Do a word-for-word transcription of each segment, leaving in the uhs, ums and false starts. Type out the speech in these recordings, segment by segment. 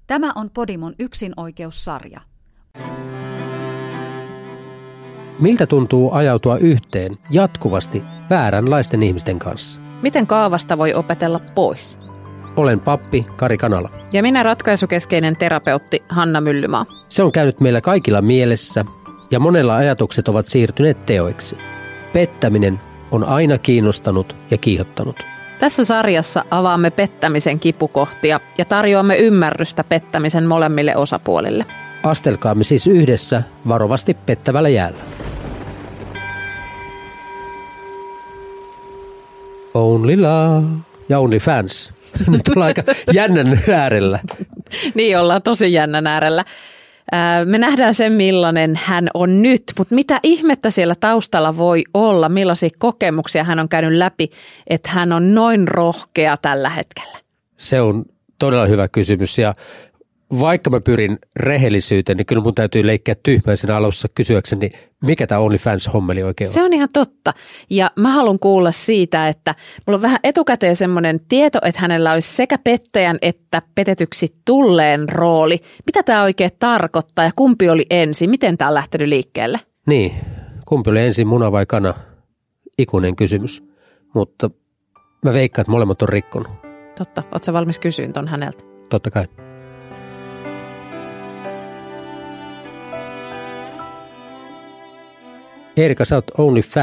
Tämä on Podimon yksinoikeussarja. Miltä tuntuu ajautua yhteen jatkuvasti vääränlaisten ihmisten kanssa? Miten kaavasta voi opetella pois? Olen pappi Kari Kanala. Ja minä ratkaisukeskeinen terapeutti Hanna Myllymaa. Se on käynyt meillä kaikilla mielessä ja monella ajatukset ovat siirtyneet teoiksi. Pettäminen on aina kiinnostanut ja kiihottanut. Tässä sarjassa avaamme pettämisen kipukohtia ja tarjoamme ymmärrystä pettämisen molemmille osapuolille. Astelkaamme siis yhdessä varovasti pettävällä jäällä. Only love ja only fans. Nyt ollaan aika jännän äärellä. Niin, ollaan tosi jännän äärellä. Me nähdään sen, millainen hän on nyt, mutta mitä ihmettä siellä taustalla voi olla, millaisia kokemuksia hän on käynyt läpi, että hän on noin rohkea tällä hetkellä? Se on todella hyvä kysymys ja vaikka mä pyrin rehellisyyteen, niin kyllä mun täytyy leikkiä tyhmäisenä alussa kysyäkseni, mikä tämä OnlyFans-hommeli oikein on. Se on ihan totta. Ja mä haluan kuulla siitä, että mulla on vähän etukäteen semmoinen tieto, että hänellä olisi sekä pettäjän että petetyksi tulleen rooli. Mitä tämä oikein tarkoittaa ja kumpi oli ensin? Miten tämä on lähtenyt liikkeelle? Niin, kumpi oli ensin, muna vai kana? Ikuinen kysymys. Mutta mä veikkaan, että molemmat on rikkonut. Totta. Ootko sä valmis kysyyn ton häneltä? Totta kai. Erika, sä oot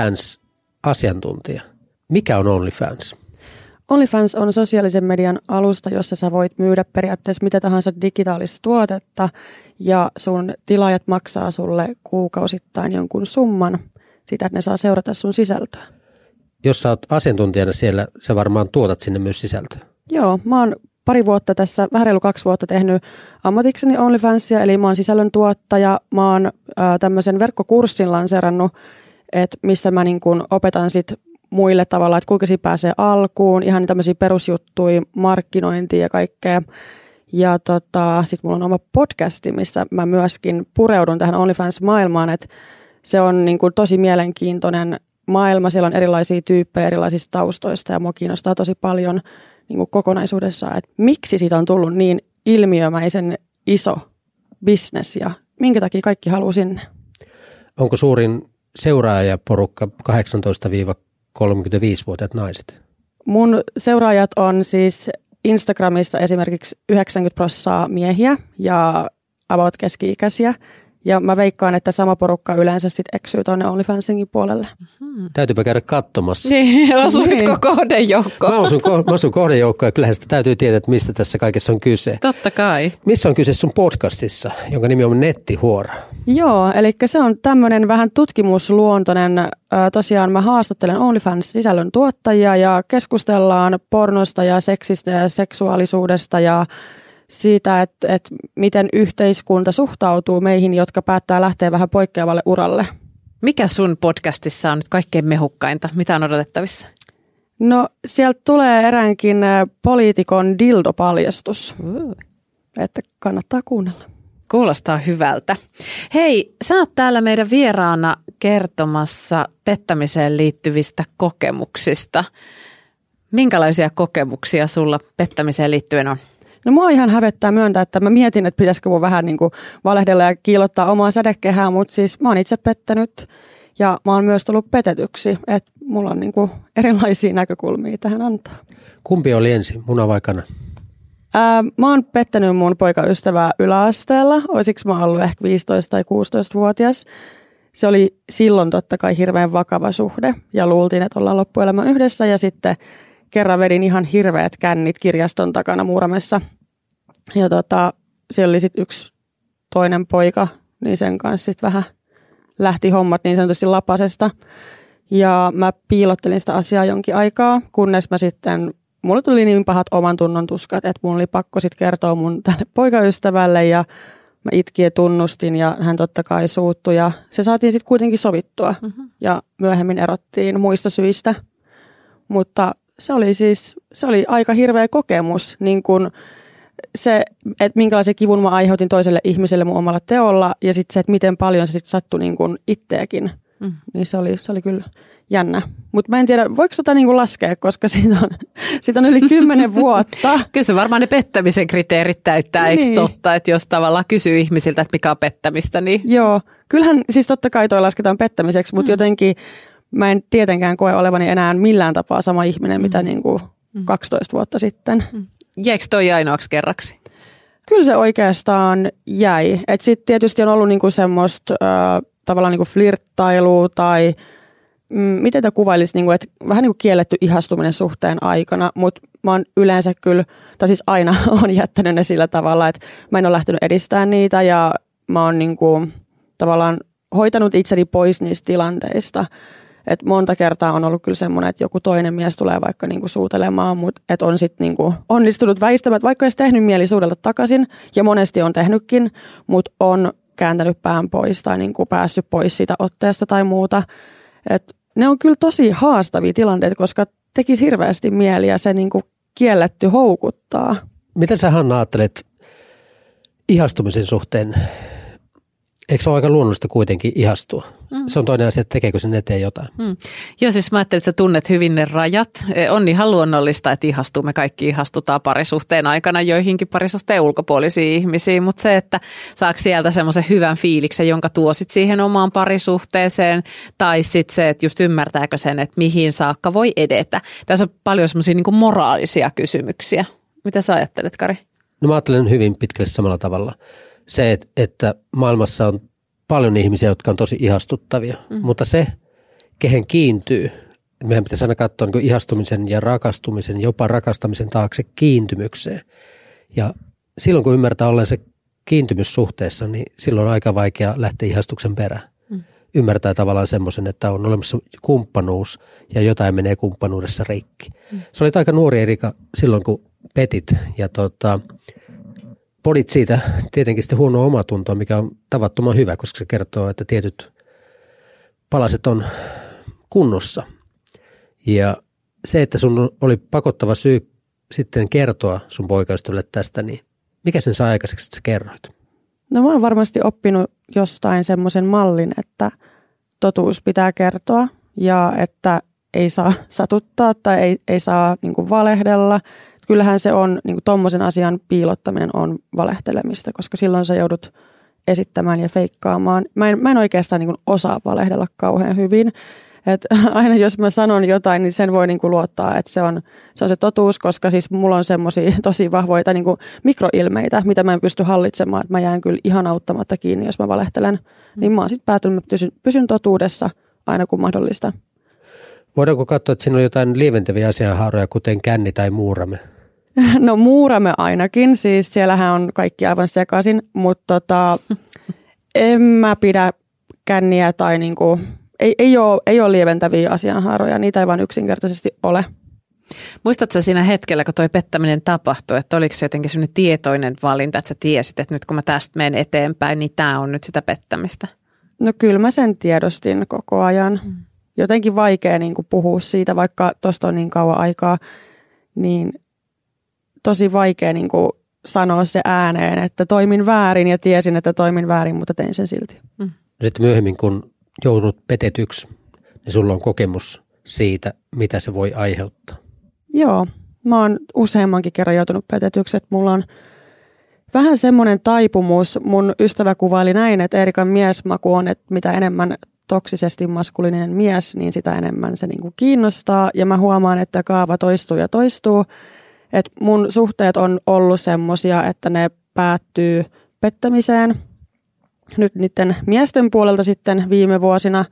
OnlyFans-asiantuntija. Mikä on OnlyFans? OnlyFans on sosiaalisen median alusta, jossa sä voit myydä periaatteessa mitä tahansa digitaalista tuotetta ja sun tilaajat maksaa sulle kuukausittain jonkun summan sitä, että ne saa seurata sun sisältöä. Jos sä oot asiantuntijana siellä, sä varmaan tuotat sinne myös sisältöä. Joo, mä oon pari vuotta tässä, vähän reilu kaksi vuotta tehnyt ammatikseni OnlyFansia, eli mä oon sisällöntuottaja. Mä oon ää, tämmöisen verkkokurssin lanseerannut, että missä mä niin kun opetan sit muille tavalla, että kuinka siinä pääsee alkuun, ihan tämmöisiä perusjuttuja, markkinointia ja kaikkea. Ja tota, sit mulla on oma podcasti, missä mä myöskin pureudun tähän OnlyFans-maailmaan, että se on niin kun tosi mielenkiintoinen maailma. Siellä on erilaisia tyyppejä erilaisista taustoista ja mua kiinnostaa tosi paljon niin kuin kokonaisuudessaan, että miksi siitä on tullut niin ilmiömäisen iso business ja minkä takia kaikki haluaa sinne. Onko suurin seuraajaporukka kahdeksantoista kolmekymmentäviisi-vuotiaat naiset? Mun seuraajat on siis Instagramissa esimerkiksi yhdeksänkymmentä prosenttia miehiä ja about keski-ikäisiä. Ja mä veikkaan, että sama porukka yleensä sitten eksyy tuonne OnlyFansinkin puolelle. Mm-hmm. Täytyypä käydä katsomassa. Niin, osuitko kohdejoukkoon? Mä osun, ko- mä osun kohdejoukkoon ja kyllähän sitä täytyy tietää, että mistä tässä kaikessa on kyse. Totta kai. Missä on kyse sun podcastissa, jonka nimi on Nettihuora? Joo, eli se on tämmöinen vähän tutkimusluontoinen. Tosiaan mä haastattelen OnlyFans-sisällön tuottajia ja keskustellaan pornosta ja seksistä ja seksuaalisuudesta ja siitä, että, että miten yhteiskunta suhtautuu meihin, jotka päättää lähteä vähän poikkeavalle uralle. Mikä sun podcastissa on nyt kaikkein mehukkainta? Mitä on odotettavissa? No sieltä tulee eräänkin poliitikon dildopaljastus, uh. että kannattaa kuunnella. Kuulostaa hyvältä. Hei, sä oot täällä meidän vieraana kertomassa pettämiseen liittyvistä kokemuksista. Minkälaisia kokemuksia sulla pettämiseen liittyen on? No mua ihan hävettää myöntää, että mä mietin, että pitäisikö mun vähän niin kuin valehdella ja kiillottaa omaa sädekehää, mutta siis mä oon itse pettänyt ja mä oon myös tullut petetyksi, että mulla on niin kuin erilaisia näkökulmia tähän antaa. Kumpi oli ensin, muna vai kana? Ää, mä oon pettänyt mun poikaystävää yläasteella, olisiko mä ollut ehkä viisitoista- tai kuusitoistavuotias. Se oli silloin totta kai hirveän vakava suhde ja luultiin, että ollaan loppuelämä yhdessä ja sitten kerran vedin ihan hirveät kännit kirjaston takana Muuramessa. Ja tota, siellä oli sitten yksi toinen poika, niin sen kanssa sitten vähän lähti hommat niin sanotusti lapasesta. Ja mä piilottelin sitä asiaa jonkin aikaa, kunnes mä sitten, mulle tuli niin pahat oman tunnon tuskat, että mun oli pakko sitten kertoa mun tälle poikaystävälle ja mä itkin ja tunnustin ja hän totta kai suuttui ja se saatiin sitten kuitenkin sovittua mm-hmm. ja myöhemmin erottiin muista syistä, mutta se oli siis, se oli aika hirveä kokemus, niin kuin se, että minkälaisen kivun mä aiheutin toiselle ihmiselle mun omalla teolla ja sitten se, että miten paljon se sitten sattui niin kuin itseäkin, mm. niin se oli, se oli kyllä jännä. Mutta mä en tiedä, voiko sitä niinku laskea, koska siitä on, siitä on yli kymmenen vuotta. Kyllä se varmaan ne pettämisen kriteerit täyttää, eikö niin. totta? Että jos tavallaan kysyy ihmisiltä, että mikä on pettämistä, niin... Joo, kyllähän siis totta kai toi lasketaan pettämiseksi, mutta mm. jotenkin mä en tietenkään koe olevani enää millään tapaa sama ihminen, mm. mitä niinku kaksitoista vuotta sitten. Mm. Jäikö toi ainoaksi kerraksi? Kyllä se oikeastaan jäi. Sitten tietysti on ollut niinku semmoista äh, tavallaan niinku flirttailua tai mm, miten tämä kuvailisi, niinku, että vähän niinku kielletty ihastuminen suhteen aikana, mutta mä oon yleensä kyllä, tai siis aina on jättänyt ne sillä tavalla, että mä en ole lähtenyt edistämään niitä ja mä oon niinku, tavallaan hoitanut itseni pois niistä tilanteista. Et monta kertaa on ollut kyllä semmoinen, että joku toinen mies tulee vaikka niinku suutelemaan, mutta et on sitten niinku onnistunut väistämään, vaikka olisi tehnyt mieli suudella takaisin, ja monesti on tehnytkin, mutta on kääntänyt pään pois tai niinku päässyt pois siitä otteesta tai muuta. Et ne on kyllä tosi haastavia tilanteita, koska tekisi hirveästi mieli ja se niinku kielletty houkuttaa. Miten sä, Hanna, ajattelet ihastumisen suhteen? Eikö se ole aika luonnollista kuitenkin ihastua? Mm. Se on toinen asia, että tekeekö sen eteen jotain. Mm. Joo, siis mä ajattelin, että sä tunnet hyvin ne rajat. On ihan luonnollista, että ihastuu. Me kaikki ihastutaan parisuhteen aikana joihinkin parisuhteen ulkopuolisiin ihmisiin, mutta se, että saako sieltä semmoisen hyvän fiiliksen, jonka tuosit siihen omaan parisuhteeseen, tai sitten se, että just ymmärtääkö sen, että mihin saakka voi edetä. Tässä on paljon semmoisia niin kuin moraalisia kysymyksiä. Mitä sä ajattelet, Kari? No mä ajattelen hyvin pitkälle samalla tavalla. Se, että maailmassa on paljon ihmisiä, jotka on tosi ihastuttavia, mm. mutta se, kehen kiintyy, meidän pitäisi aina katsoa niin ihastumisen ja rakastumisen, jopa rakastamisen taakse kiintymykseen. Ja silloin, kun ymmärtää ollen se kiintymyssuhteessa, niin silloin on aika vaikea lähteä ihastuksen perään. Mm. Ymmärtää tavallaan semmoisen, että on olemassa kumppanuus ja jotain menee kumppanuudessa rikki. Mm. Se oli aika nuori Erika silloin, kun petit ja tota... podit siitä tietenkin sitten huonoa omatuntoa, mikä on tavattoman hyvä, koska se kertoo, että tietyt palaset on kunnossa. Ja se, että sun oli pakottava syy sitten kertoa sun poikaystävälle tästä, niin mikä sen sai aikaiseksi, että sä kerroit? No mä oon varmasti oppinut jostain semmoisen mallin, että totuus pitää kertoa ja että ei saa satuttaa tai ei, ei saa niin kuin valehdella. Kyllähän se on, niin kuin tommoisen asian piilottaminen on valehtelemista, koska silloin sä joudut esittämään ja feikkaamaan. Mä en, mä en oikeastaan niin kuin osaa valehdella kauhean hyvin. Et aina jos mä sanon jotain, niin sen voi niin kuin luottaa, että se on, se on se totuus, koska siis mulla on semmoisia tosi vahvoita niin kuin mikroilmeitä, mitä mä en pysty hallitsemaan. Että mä jään kyllä ihan auttamatta kiinni, jos mä valehtelen. Mm. Niin mä oon sitten päätynyt, että pysyn, pysyn totuudessa aina kun mahdollista. Voidaanko katsoa, että siinä on jotain lieventäviä asianhaaroja, kuten känni tai muurame? No muurame ainakin, siis siellähän on kaikki aivan sekaisin, mutta tota, en mä pidä känniä tai niinku, ei, ei, ole, ei ole lieventäviä asianhaaroja, niitä ei vaan yksinkertaisesti ole. Muistatko siinä hetkellä, kun toi pettäminen tapahtui, että oliko se jotenkin sellainen tietoinen valinta, että sä tiesit, että nyt kun mä tästä menen eteenpäin, niin tää on nyt sitä pettämistä? No kyllä mä sen tiedostin koko ajan. Mm. Jotenkin vaikea niin kuin puhua siitä, vaikka tuosta on niin kauan aikaa, niin tosi vaikea niin kuin sanoa se ääneen, että toimin väärin ja tiesin, että toimin väärin, mutta tein sen silti. Mm. Sitten myöhemmin, kun joudut petetyksi, niin sulla on kokemus siitä, mitä se voi aiheuttaa. Joo, mä oon useammankin kerran joutunut petetyksi, että mulla on vähän semmoinen taipumus. Mun ystävä kuvaili näin, että Erikan miesmaku on, että mitä enemmän toksisesti maskuliininen mies, niin sitä enemmän se niinku kiinnostaa. Ja mä huomaan, että kaava toistuu ja toistuu. Et mun suhteet on ollut semmosia, että ne päättyy pettämiseen. Nyt niiden miesten puolelta sitten viime vuosina.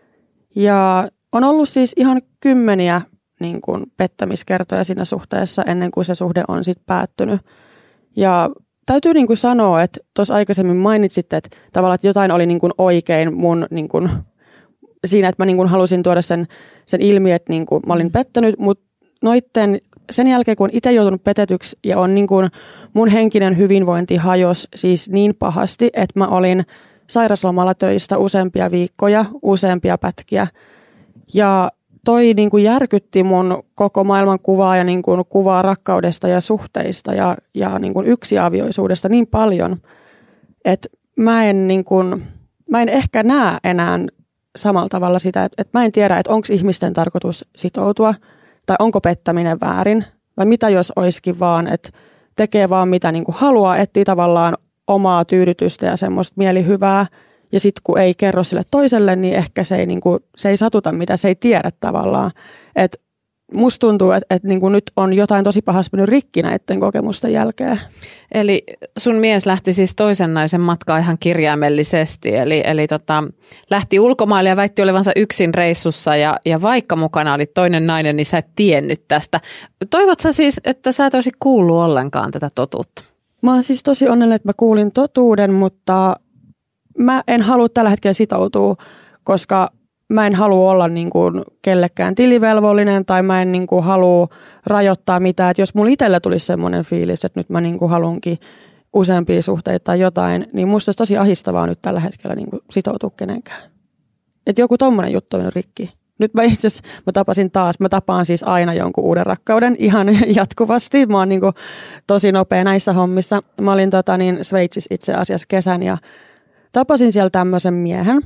Ja on ollut siis ihan kymmeniä niin kuin pettämiskertoja siinä suhteessa ennen kuin se suhde on sitten päättynyt. Ja täytyy niin kuin sanoa, että tuossa aikaisemmin mainitsit, että tavallaan että jotain oli niin kuin oikein mun niin kuin, siinä, että mä niin kuin halusin tuoda sen, sen ilmi, että niin kuin mä olin pettänyt, mutta noitten sen jälkeen, kun itse joutunut petetyksi ja on niin kuin mun henkinen hyvinvointi hajosi siis niin pahasti, että mä olin sairaslomalla töistä useampia viikkoja, useampia pätkiä. Ja toi niin kuin järkytti mun koko maailman kuvaa ja niin kuin kuvaa rakkaudesta ja suhteista ja, ja niin kuin yksiavioisuudesta niin paljon, että mä en, niin kuin, mä en ehkä näe enää samalla tavalla sitä, että, että mä en tiedä, että onko ihmisten tarkoitus sitoutua tai onko pettäminen väärin vai mitä jos olisikin vaan, että tekee vaan mitä niin kuin haluaa, etsii tavallaan omaa tyydytystä ja semmoista mielihyvää ja sitten kun ei kerro sille toiselle, niin ehkä se ei, niin kuin, se ei satuta mitä se ei tiedä tavallaan. Että musta tuntuu, että, että niin kuin nyt on jotain tosi pahasti mennyt rikki näiden kokemusten jälkeen. Eli sun mies lähti siis toisen naisen matkaan ihan kirjaimellisesti, eli, eli tota, lähti ulkomaille ja väitti olevansa yksin reissussa ja, ja vaikka mukana oli toinen nainen, niin sä et tiennyt tästä. Toivot sä siis, että sä et olisi kuullut ollenkaan tätä totuutta? Mä oon siis tosi onnellinen, että mä kuulin totuuden, mutta mä en halua tällä hetkellä sitoutua, koska mä en halua olla niin kuin kellekään tilivelvollinen tai mä en niin kuin halua rajoittaa mitään. Et jos mulla itsellä tulisi semmoinen fiilis, että nyt mä niin kuin haluankin useampia suhteita tai jotain, niin musta olisi tosi ahistavaa nyt tällä hetkellä niin kuin sitoutua kenenkään. Että joku tommonen juttu on rikki. Nyt mä itse asiassa, mä tapasin taas, mä tapaan siis aina jonkun uuden rakkauden ihan jatkuvasti. Mä oon niin kuin tosi nopea näissä hommissa. Mä olin tota niin Sveitsissä itse asiassa kesän ja tapasin siellä tämmöisen miehen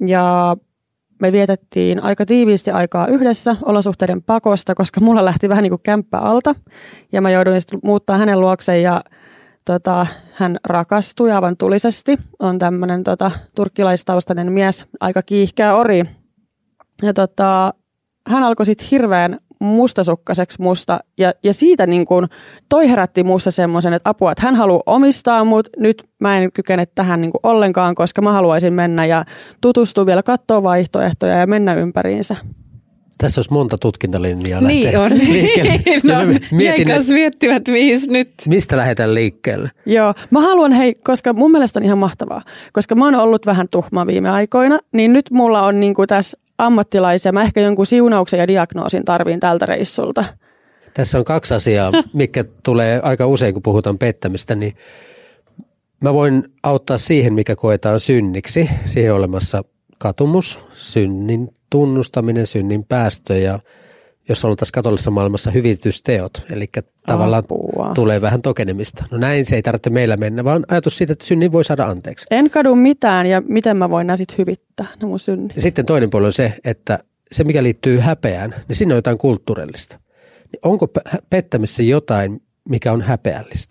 ja me vietettiin aika tiiviisti aikaa yhdessä olosuhteiden pakosta, koska mulla lähti vähän niin kuin kämppä alta. Ja mä jouduin sitten muuttaa hänen luokseen ja tota, hän rakastui aivan tulisesti. On tämmöinen tota, turkkilaistaustainen mies, aika kiihkeä ori. Ja tota, hän alkoi sitten hirveän mustasukkaiseksi musta. Ja, ja siitä niin kun toi herätti musta semmoisen, että apua, että hän haluaa omistaa, mutta nyt mä en kykene tähän niin kun ollenkaan, koska mä haluaisin mennä ja tutustua vielä, katsoa vaihtoehtoja ja mennä ympäriinsä. Tässä olisi monta tutkintalinjaa niin lähteä on. liikkeelle. No, mietin, jäikäs miettivät, mihin nyt. Mistä lähdetään liikkeelle? Joo, mä haluan, hei, koska mun mielestä on ihan mahtavaa, koska mä oon ollut vähän tuhma viime aikoina, niin nyt mulla on niin kuin tässä ammattilaisia. Mä ehkä jonkun siunauksen ja diagnoosin tarviin tältä reissulta. Tässä on kaksi asiaa, mikä tulee aika usein, kun puhutaan pettämistä, niin mä voin auttaa siihen, mikä koetaan synniksi. Siihen on olemassa katumus, synnin tunnustaminen, synnin päästö ja jos oltaisiin katolisessa maailmassa hyvitysteot, eli tavallaan Apua. Tulee vähän tokenemista. No näin se ei tarvitse meillä mennä, vaan ajatus siitä, että synnin voi saada anteeksi. En kadu mitään ja miten mä voin nää sit hyvittää, ne mun synnit. Ja sitten toinen puoli on se, että se mikä liittyy häpeään, niin siinä on jotain kulttuurillista. Niin onko pettämisessä jotain, mikä on häpeällistä?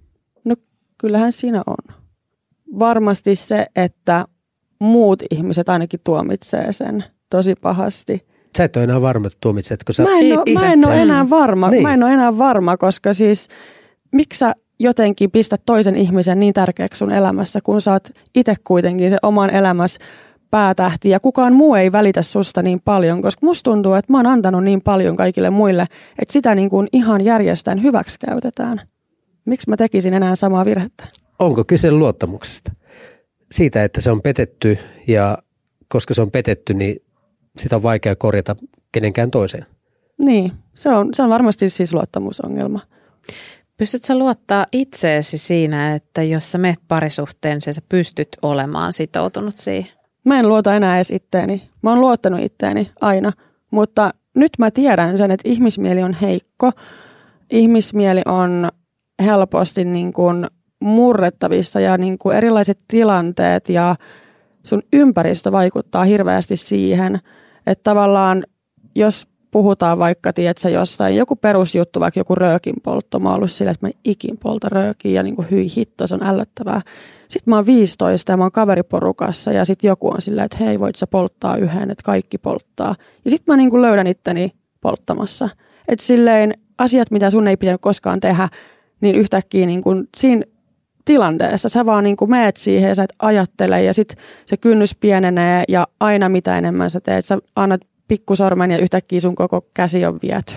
No kyllähän siinä on. Varmasti se, että muut ihmiset ainakin tuomitsee sen tosi pahasti. Sä et ole enää varma, että tuomitsetko sä? Mä en ole, mä en ole enää varma. Niin. Mä en ole enää varma, koska siis miksi sä jotenkin pistät toisen ihmisen niin tärkeäksi sun elämässä, kun sä oot itse kuitenkin se oman elämässä päätähti ja kukaan muu ei välitä susta niin paljon, koska musta tuntuu, että mä oon antanut niin paljon kaikille muille, että sitä niin kuin ihan järjestään hyväksi käytetään. Miksi mä tekisin enää samaa virhettä? Onko kyse luottamuksesta? Siitä, että se on petetty ja koska se on petetty, niin sitä on vaikea korjata kenenkään toiseen. Niin, se on, se on varmasti siis luottamusongelma. Pystytkö sä luottaa itseesi siinä, että jos sä meet parisuhteen, sä pystyt olemaan sitoutunut siihen? Mä en luota enää edes itteeni. Mä oon luottanut itteeni aina, mutta nyt mä tiedän sen, että ihmismieli on heikko. Ihmismieli on helposti niin kuin murrettavissa ja niin kuin erilaiset tilanteet ja sun ympäristö vaikuttaa hirveästi siihen, että tavallaan jos puhutaan vaikka, tiedätkö, jostain joku perusjuttu, vaikka joku röökin poltto, mä oon ollut silleen, että mä en ikin polta röökiä ja niin kuin hyi hitto, se on ällöttävää. Sitten mä oon viisitoista ja mä oon kaveriporukassa ja sitten joku on silleen, että hei, voit sä polttaa yhden, että kaikki polttaa. Ja sitten mä niin kuin löydän itteni polttamassa. Että silleen asiat, mitä sun ei pitänyt koskaan tehdä, niin yhtäkkiä niin kuin siinä tilanteessa sä vaan niin kuin meet siihen ja sä et ajattele ja sitten se kynnys pienenee ja aina mitä enemmän sä teet, sä annat pikkusormen ja yhtäkkiä sun koko käsi on viety.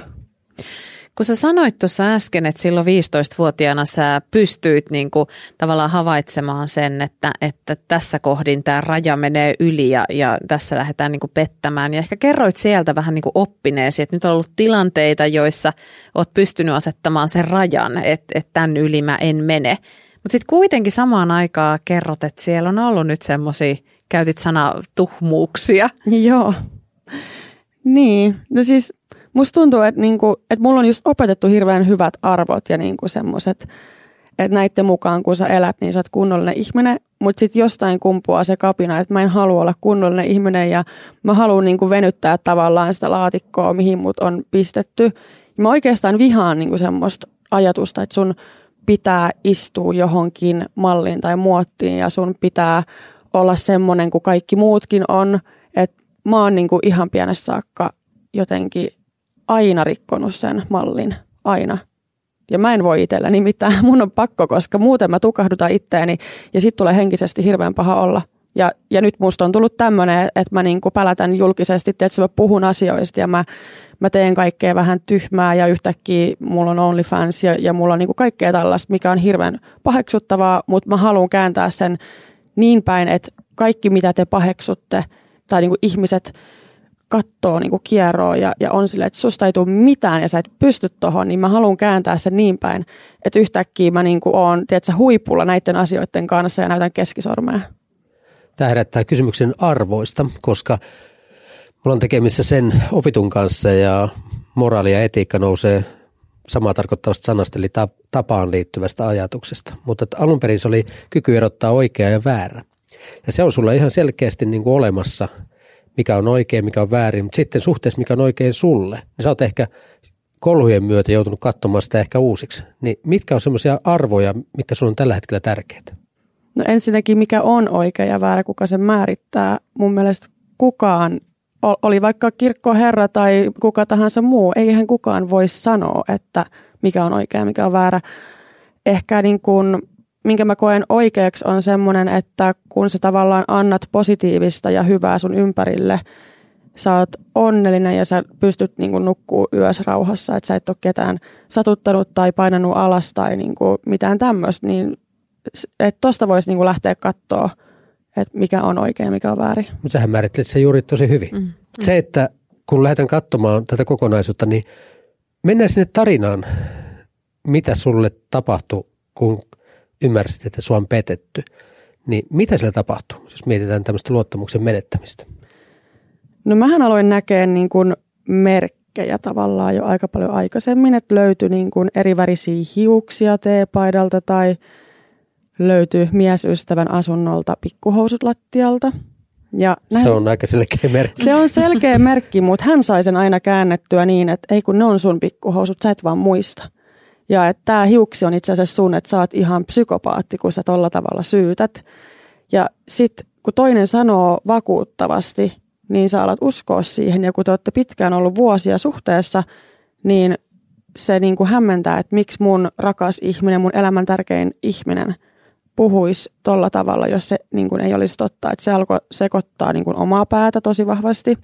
Kun sä sanoit tuossa äsken, että silloin viisitoistavuotiaana sä pystyit niin kuin tavallaan havaitsemaan sen, että, että tässä kohdin tämä raja menee yli ja, ja tässä lähdetään niin kuin pettämään. Ja ehkä kerroit sieltä vähän niin kuin oppineesi, että nyt on ollut tilanteita, joissa oot pystynyt asettamaan sen rajan, että, että tämän yli mä en mene. Mutta sitten kuitenkin samaan aikaan kerrot, että siellä on ollut nyt semmoisia, käytit sanaa tuhmuuksia. Joo. Niin, no siis musta tuntuu, että, niinku, että mulla on just opetettu hirveän hyvät arvot ja niinku semmoiset, että näiden mukaan kun sä elät, niin sä oot kunnollinen ihminen, mutta sitten jostain kumpuaa se kapina, että mä en halua olla kunnollinen ihminen ja mä haluan niin kuin venyttää tavallaan sitä laatikkoa, mihin mut on pistetty. Ja mä oikeastaan vihaan niin kuin semmoista ajatusta, että sun pitää istua johonkin malliin tai muottiin ja sun pitää olla semmoinen kuin kaikki muutkin on. Että mä oon niin kuin ihan pienestä saakka jotenkin aina rikkonut sen mallin, aina. Ja mä en voi itselleni mitään, mun on pakko, koska muuten mä tukahdutan itteeni ja sit tulee henkisesti hirveän paha olla. Ja, ja nyt musta on tullut tämmöinen, että mä niinku pälätän julkisesti, että mä puhun asioista ja mä, mä teen kaikkea vähän tyhmää ja yhtäkkiä mulla on OnlyFans ja, ja mulla on niinku kaikkea tällaista, mikä on hirveän paheksuttavaa, mutta mä haluan kääntää sen niin päin, että kaikki mitä te paheksutte tai niinku ihmiset kattoo niinku kierroa ja, ja on silleen, että susta ei tule mitään ja sä et pysty tohon, niin mä haluan kääntää sen niin päin, että yhtäkkiä mä niinku oon, tiedätkö, huipulla näiden asioiden kanssa ja näytän keskisormea. Tämä herättää kysymyksen arvoista, koska mulla on tekemissä sen opitun kanssa ja moraali ja etiikka nousee samaa tarkoittavasta sanasta, eli tapaan liittyvästä ajatuksesta. Mutta alun perin se oli kyky erottaa oikea ja väärä. Ja se on sulla ihan selkeästi niin kuin olemassa, mikä on oikein, mikä on väärin, mutta sitten suhteessa, mikä on oikein sulle. Niin sä oot ehkä kolhujen myötä joutunut katsomaan sitä ehkä uusiksi. Niin mitkä on semmoisia arvoja, mitkä sun on tällä hetkellä tärkeitä? No ensinnäkin, mikä on oikea ja väärä, kuka sen määrittää. Mun mielestä kukaan, oli vaikka kirkkoherra tai kuka tahansa muu, eihän kukaan voi sanoa, että mikä on oikea ja mikä on väärä. Ehkä niin kuin, minkä mä koen oikeaksi on semmoinen, että kun sä tavallaan annat positiivista ja hyvää sun ympärille, sä oot onnellinen ja sä pystyt niin kuin nukkuu yössä rauhassa, että sä et ole ketään satuttanut tai painanut alas tai niin kuin mitään tämmöistä, niin että tuosta voisi niinku lähteä katsoa, että mikä on oikein ja mikä on väärin. Mutta sähän määrittelit sen juuri tosi hyvin. Mm. Se, että kun lähdetään katsomaan tätä kokonaisuutta, niin mennään sinne tarinaan, mitä sulle tapahtui, kun ymmärsit, että sua on petetty. Niin mitä sillä tapahtui, jos mietitään tämmöistä luottamuksen menettämistä? No mähän aloin näkeä niin kuin merkkejä tavallaan jo aika paljon aikaisemmin, että löytyi niin kuin erivärisiä hiuksia teepaidalta tai löytyi miesystävän asunnolta pikkuhousut lattialta. Ja se on aika selkeä merkki. Se on selkeä merkki, mutta hän sai sen aina käännettyä niin, että ei kun ne on sun pikkuhousut, sä et vaan muista. Ja että tämä hiuksi on itse asiassa sun, että sä oot ihan psykopaatti, kun sä tolla tavalla syytät. Ja sitten kun toinen sanoo vakuuttavasti, niin sä alat uskoa siihen. Ja kun te olette pitkään ollut vuosia suhteessa, niin se niin kuin hämmentää, että miksi mun rakas ihminen, mun elämän tärkein ihminen puhuisi tolla tavalla, jos se niin kuin ei olisi totta. Että se alkoi sekoittaa niin kuin omaa päätä tosi vahvasti.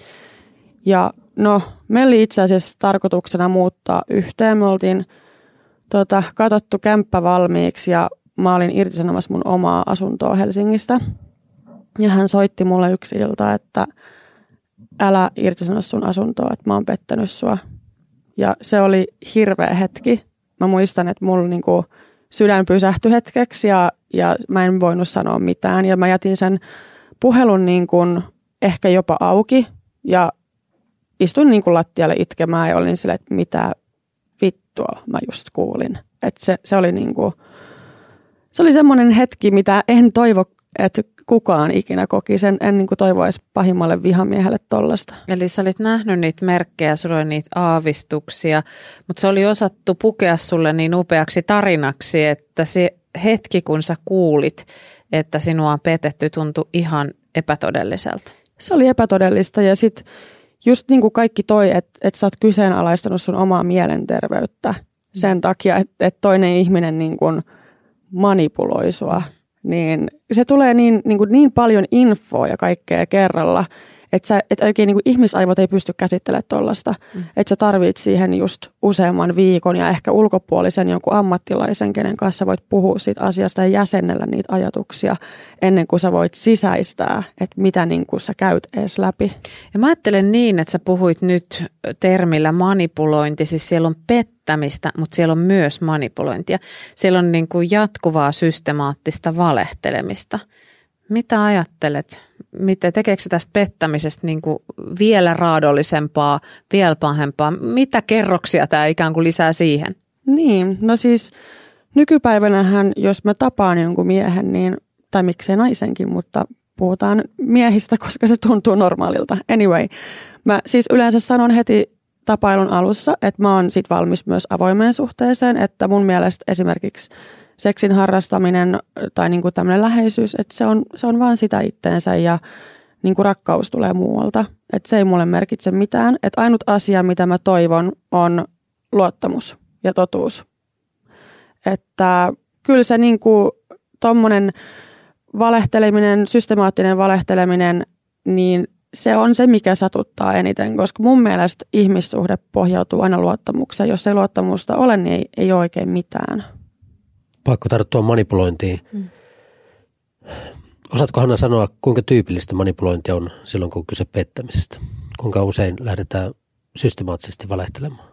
Ja no, meillä oli itse asiassa tarkoituksena muuttaa yhteen. Me oltiin tota, katsottu kämppä valmiiksi ja mä olin irtisanomassa mun omaa asuntoa Helsingistä. Ja hän soitti mulle yksi ilta, että älä irtisano sun asuntoa, että mä oon pettänyt sua. Ja se oli hirveä hetki. Mä muistan, että mulla niinku sydän pysähtyi hetkeksi ja, ja mä en voinut sanoa mitään. Ja mä jätin sen puhelun niin kuin ehkä jopa auki ja istuin niin kuin lattialle itkemään ja olin silleen, että mitä vittua mä just kuulin. Että se, se oli niin kuin, se oli semmoinen hetki, mitä en toivo, että kukaan ikinä koki. Sen en niin kuin toivoisi pahimmalle vihamiehelle tollasta. Eli sä olit nähnyt niitä merkkejä, sulla oli niitä aavistuksia, mutta se oli osattu pukea sulle niin upeaksi tarinaksi, että se hetki, kun sä kuulit, että sinua on petetty, tuntui ihan epätodelliselta. Se oli epätodellista ja sitten just niin kuin kaikki toi, että et sä oot kyseenalaistanut sun omaa mielenterveyttä sen takia, että et toinen ihminen niin kuin manipuloi sua. Niin se tulee niin, niin, kuin niin paljon infoa ja kaikkea kerralla, että, sä, että oikein niin kuin ihmisaivot ei pysty käsittelemään tuollaista. Mm. Että sä tarvit siihen just useamman viikon ja ehkä ulkopuolisen jonkun ammattilaisen, kenen kanssa voit puhua siitä asiasta ja jäsennellä niitä ajatuksia ennen kuin sä voit sisäistää, että mitä niin kuin sä käyt edes läpi. Ja mä ajattelen niin, että sä puhuit nyt termillä manipulointi, siis siellä on pettämistä, mutta siellä on myös manipulointia. Siellä on niin kuin jatkuvaa systemaattista valehtelemista. Mitä ajattelet? Miten, tekeekö tästä pettämisestä niin kuin vielä raadollisempaa, vielä pahempaa? Mitä kerroksia tämä ikään kuin lisää siihen? Niin, no siis nykypäivänähän, jos mä tapaan jonkun miehen, niin, tai miksei naisenkin, mutta puhutaan miehistä, koska se tuntuu normaalilta. Anyway, mä siis yleensä sanon heti tapailun alussa, että mä oon sit valmis myös avoimeen suhteeseen, että mun mielestä esimerkiksi seksin harrastaminen tai niinku tämmöinen läheisyys, että se on, se on vaan sitä itteensä ja niinku rakkaus tulee muualta. Että se ei mulle merkitse mitään. Että ainut asia, mitä mä toivon, on luottamus ja totuus. Että kyllä se niinku tommonen valehteleminen, systemaattinen valehteleminen, niin se on se, mikä satuttaa eniten, koska mun mielestä ihmissuhde pohjautuu aina luottamukseen. Jos ei luottamusta ole, niin ei, ei ole oikein mitään. Pakko tarttua manipulointiin. Hmm. Osaatko Hanna sanoa, kuinka tyypillistä manipulointi on silloin, kun on kyse pettämisestä? Kuinka usein lähdetään systemaattisesti valehtelemaan?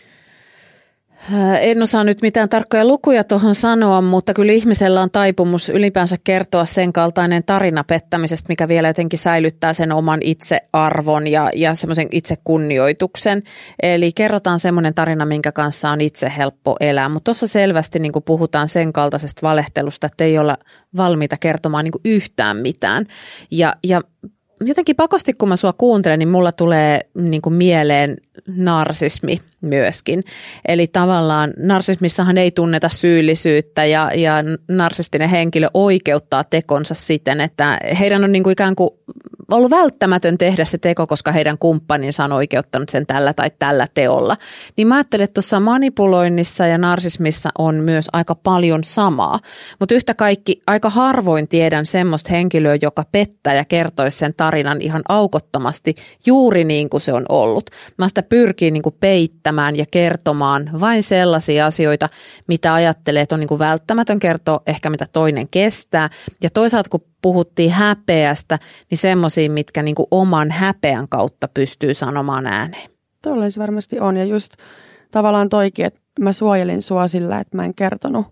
En osaa nyt mitään tarkkoja lukuja tuohon sanoa, mutta kyllä ihmisellä on taipumus ylipäänsä kertoa sen kaltainen tarina pettämisestä, mikä vielä jotenkin säilyttää sen oman itsearvon ja, ja semmoisen itsekunnioituksen. Eli kerrotaan semmoinen tarina, minkä kanssa on itse helppo elää, mutta tuossa selvästi niin kuin puhutaan sen kaltaisesta valehtelusta, että ei olla valmiita kertomaan niin kuin yhtään mitään. Ja, ja jotenkin pakosti, kun mä sua kuuntelen, niin mulla tulee niin kuin mieleen narsismi myöskin. Eli tavallaan narsismissahan ei tunneta syyllisyyttä ja, ja narsistinen henkilö oikeuttaa tekonsa siten, että heidän on niin kuin ikään kuin ollut välttämätön tehdä se teko, koska heidän kumppaninsa on oikeuttanut sen tällä tai tällä teolla. Niin mä ajattelen, että tuossa manipuloinnissa ja narsismissa on myös aika paljon samaa. Mutta yhtä kaikki aika harvoin tiedän semmoista henkilöä, joka pettää ja kertoisi sen tarinan ihan aukottomasti juuri niin kuin se on ollut. Mä sitä pyrkii niin kuin peittämään ja kertomaan vain sellaisia asioita, mitä ajattelee, että on niin kuin välttämätön kertoa, ehkä mitä toinen kestää. Ja toisaalta kun puhuttiin häpeästä, niin semmoisia, mitkä niin kuin oman häpeän kautta pystyy sanomaan ääneen. Tuollaisi varmasti on. Ja just tavallaan toikin, että mä suojelin sua sillä, että mä en kertonut.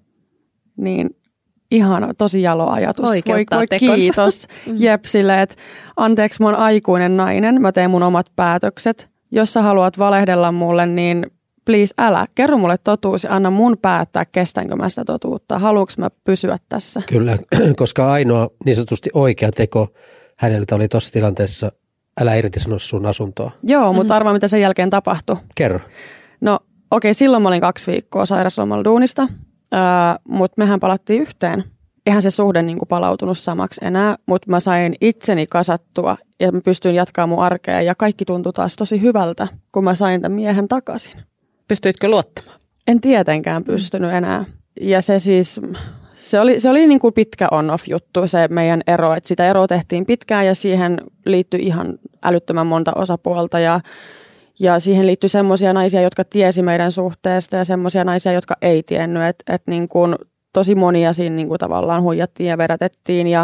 Niin ihana, tosi jalo ajatus. Oikeuttaa voi, voi tekonsa. Kiitos. Jep, sille, että anteeksi, mä oon aikuinen nainen. Mä teen mun omat päätökset. Jos sä haluat valehdella mulle, niin please älä. Kerro mulle totuus ja anna mun päättää, kestänkö mä sitä totuutta. Haluanko mä pysyä tässä? Kyllä, koska ainoa niin sanotusti oikea teko häneltä oli tuossa tilanteessa, älä irtisano sun asuntoa. Joo, mutta arvaa, mitä sen jälkeen tapahtui. Kerro. No okei, okay, silloin mä olin kaksi viikkoa sairaslomalla duunista, äh, mutta mehän palattiin yhteen. Eihän se suhde niin kuin palautunut samaksi enää, mutta mä sain itseni kasattua ja mä pystyin jatkamaan mun arkea ja kaikki tuntui taas tosi hyvältä, kun mä sain tämän miehen takaisin. Pystyitkö luottamaan? En tietenkään pystynyt enää. Ja se siis, se oli, se oli niin kuin pitkä on-off juttu, se meidän ero. Että sitä eroa tehtiin pitkään ja siihen liittyi ihan älyttömän monta osapuolta. Ja, ja siihen liittyi semmoisia naisia, jotka tiesi meidän suhteesta ja semmoisia naisia, jotka ei tiennyt. Että et niin kuin tosi monia siinä niin kuin tavallaan huijattiin ja vedätettiin. Ja,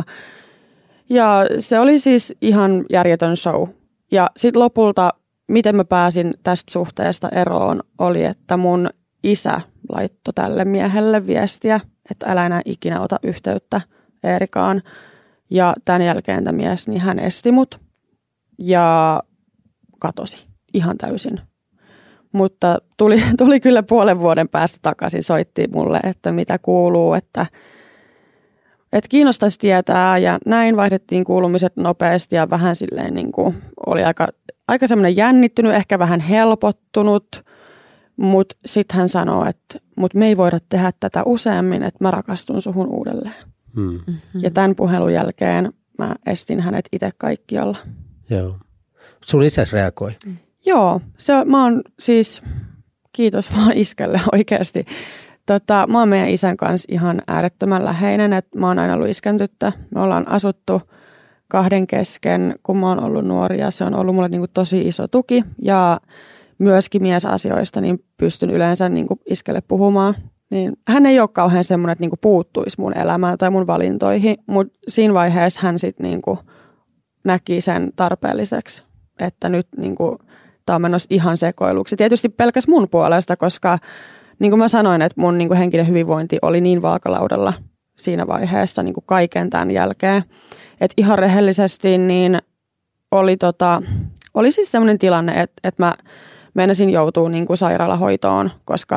ja se oli siis ihan järjetön show. Ja sitten lopulta, miten mä pääsin tästä suhteesta eroon, oli, että mun isä laittoi tälle miehelle viestiä, että älä enää ikinä ota yhteyttä Eerikaan. Ja tämän jälkeen tämä mies, niin hän esti mut ja katosi ihan täysin. Mutta tuli, tuli kyllä puolen vuoden päästä takaisin, soitti mulle, että mitä kuuluu, että, että kiinnostaisi tietää. Ja näin vaihdettiin kuulumiset nopeasti ja vähän silleen niin kuin oli aika, aika semmoinen jännittynyt, ehkä vähän helpottunut. Mutta sitten hän sanoi, että mut me ei voida tehdä tätä useammin, että mä rakastun suhun uudelleen. Hmm. Mm-hmm. Ja tämän puhelun jälkeen mä estin hänet itse kaikkialla. Joo. Sun isäsi reagoi? Mm. Joo. Se, mä oon siis, kiitos vaan iskälle oikeasti. Tota, mä oon meidän isän kanssa ihan äärettömän läheinen, että mä oon aina ollut iskän tyttö. Me ollaan asuttu kahden kesken, kun mä oon ollut nuori ja se on ollut mulle niinku tosi iso tuki. Ja myöskin miesasioista niin pystyn yleensä niin kuin iskelle puhumaan. Niin hän ei ole kauhean semmoinen, että niin kuin puuttuisi mun elämään tai mun valintoihin, mutta siinä vaiheessa hän sitten niin kuin näki sen tarpeelliseksi, että nyt niin kuin tämä on menossa ihan sekoiluksi. Tietysti pelkäs mun puolesta, koska niin kuin mä sanoin, että mun niin kuin henkinen hyvinvointi oli niin vaakalaudalla siinä vaiheessa niin kuin kaiken tämän jälkeen. Että ihan rehellisesti niin oli, tota, oli siis semmoinen tilanne, että, että mä meinasin joutua niin kuin sairaalahoitoon, koska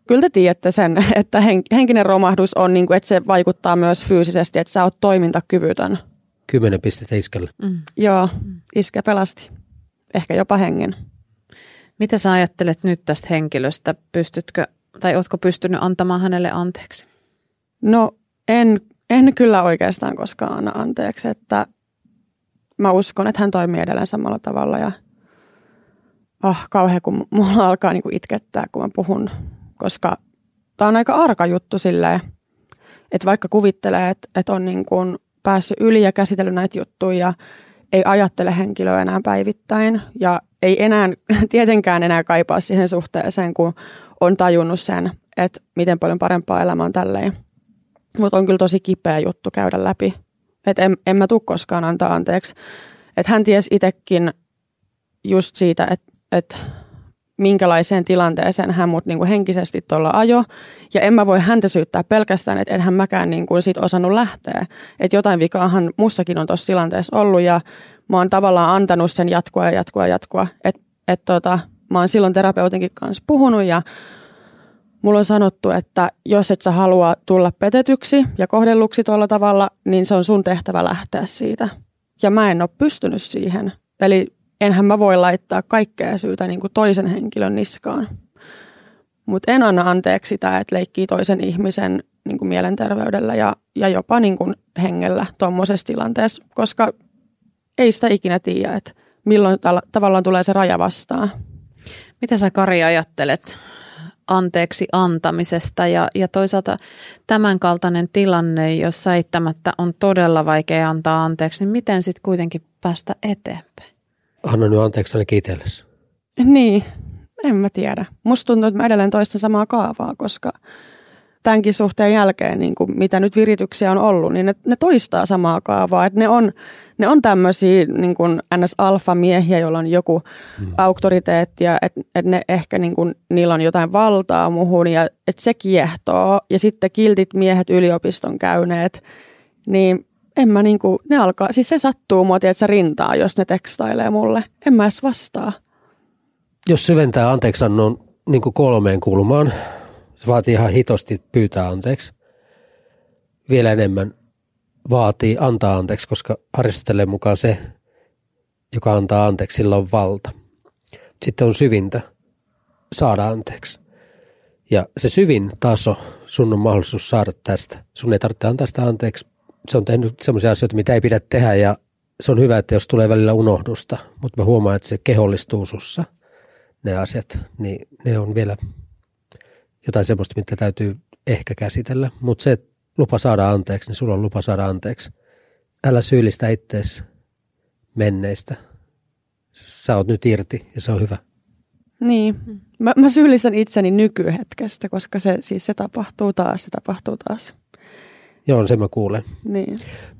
kyllä te tiedätte sen, että henkinen romahdus on, niin kuin, että se vaikuttaa myös fyysisesti, että sä oot toimintakyvytön. Kymmenen pistettä iskellä. Mm. Joo, iskä pelasti. Ehkä jopa hengen. Mitä sä ajattelet nyt tästä henkilöstä? Pystytkö, tai ootko pystynyt antamaan hänelle anteeksi? No en, en kyllä oikeastaan koskaan anna anteeksi, että mä uskon, että hän toimii edelleen samalla tavalla ja oh, kauhean kun mulla alkaa niinku itkettää, kun mä puhun, koska tää on aika arka juttu silleen, että vaikka kuvittelee, että, että on niinku päässyt yli ja käsitellyt näitä juttuja ja ei ajattele henkilöä enää päivittäin ja ei enää tietenkään enää kaipaa siihen suhteeseen, kun on tajunnut sen, että miten paljon parempaa elämä on tälleen. Mutta on kyllä tosi kipeä juttu käydä läpi. Että en, en mä tule koskaan antaa anteeksi. Että hän tiesi itsekin just siitä, että, että minkälaiseen tilanteeseen hän mut niinku henkisesti tuolla ajo. Ja en mä voi häntä syyttää pelkästään, että enhän mäkään niinku sit osannut lähteä. Että jotain vikaahan mussakin on tuossa tilanteessa ollut ja mä oon tavallaan antanut sen jatkua ja jatkua ja jatkua. Että et tota, mä oon silloin terapeutinkin kanssa puhunut ja mulla on sanottu, että jos et sä halua tulla petetyksi ja kohdelluksi tuolla tavalla, niin se on sun tehtävä lähteä siitä. Ja mä en ole pystynyt siihen. Eli enhän mä voi laittaa kaikkea syytä niin kuin toisen henkilön niskaan. Mutta en anna anteeksi sitä, että leikkii toisen ihmisen niin kuin mielenterveydellä ja, ja jopa niin kuin hengellä tuommoisessa tilanteessa, koska ei sitä ikinä tiedä, että milloin tavallaan tulee se raja vastaan. Mitä sä, Kari, ajattelet anteeksi antamisesta ja, ja toisaalta tämänkaltainen tilanne, jossa eittämättä on todella vaikea antaa anteeksi, niin miten sitten kuitenkin päästä eteenpäin? Anna nyt anteeksi ainakin itsellesi. Niin, en mä tiedä. Musta tuntuu, että mä edelleen toistan samaa kaavaa, koska tämänkin suhteen jälkeen, niin kuin mitä nyt virityksiä on ollut, niin ne, ne toistaa samaa kaavaa. Että ne on, ne on tämmöisiä niin kuin N S-alfamiehiä, joilla on joku mm. auktoriteetti ja että et ne ehkä niin kuin, niillä on jotain valtaa muhun ja että se kiehtoo. Ja sitten kiltit miehet yliopiston käyneet, niin en mä niin kuin, ne alkaa, siis se sattuu mua, että se rintaa, jos ne tekstailee mulle. En mä edes vastaa. Jos syventää anteeksiannon niin kuin kolmeen kulmaan, se vaatii ihan hitosti pyytää anteeksi. Vielä enemmän vaatii antaa anteeksi, koska Aristoteleen mukaan se, joka antaa anteeksi, sillä on valta. Sitten on syvintä saada anteeksi. Ja se syvin taso, sun on mahdollisuus saada tästä. Sun ei tarvitse antaa sitä anteeksi. Se on tehnyt sellaisia asioita, mitä ei pidä tehdä ja se on hyvä, että jos tulee välillä unohdusta, mutta mä huomaan, että se kehollistuu sussa, ne asiat, niin ne on vielä jotain semmoista, mitä täytyy ehkä käsitellä. Mutta se, että lupa saada anteeksi, niin sulla on lupa saada anteeksi. Älä syyllistä itseäsi menneistä. Sä oot nyt irti ja se on hyvä. Niin, mä, mä syyllistän itseni nykyhetkestä, koska se, siis se tapahtuu taas, se tapahtuu taas. Joo, sen mä kuulen. Niin.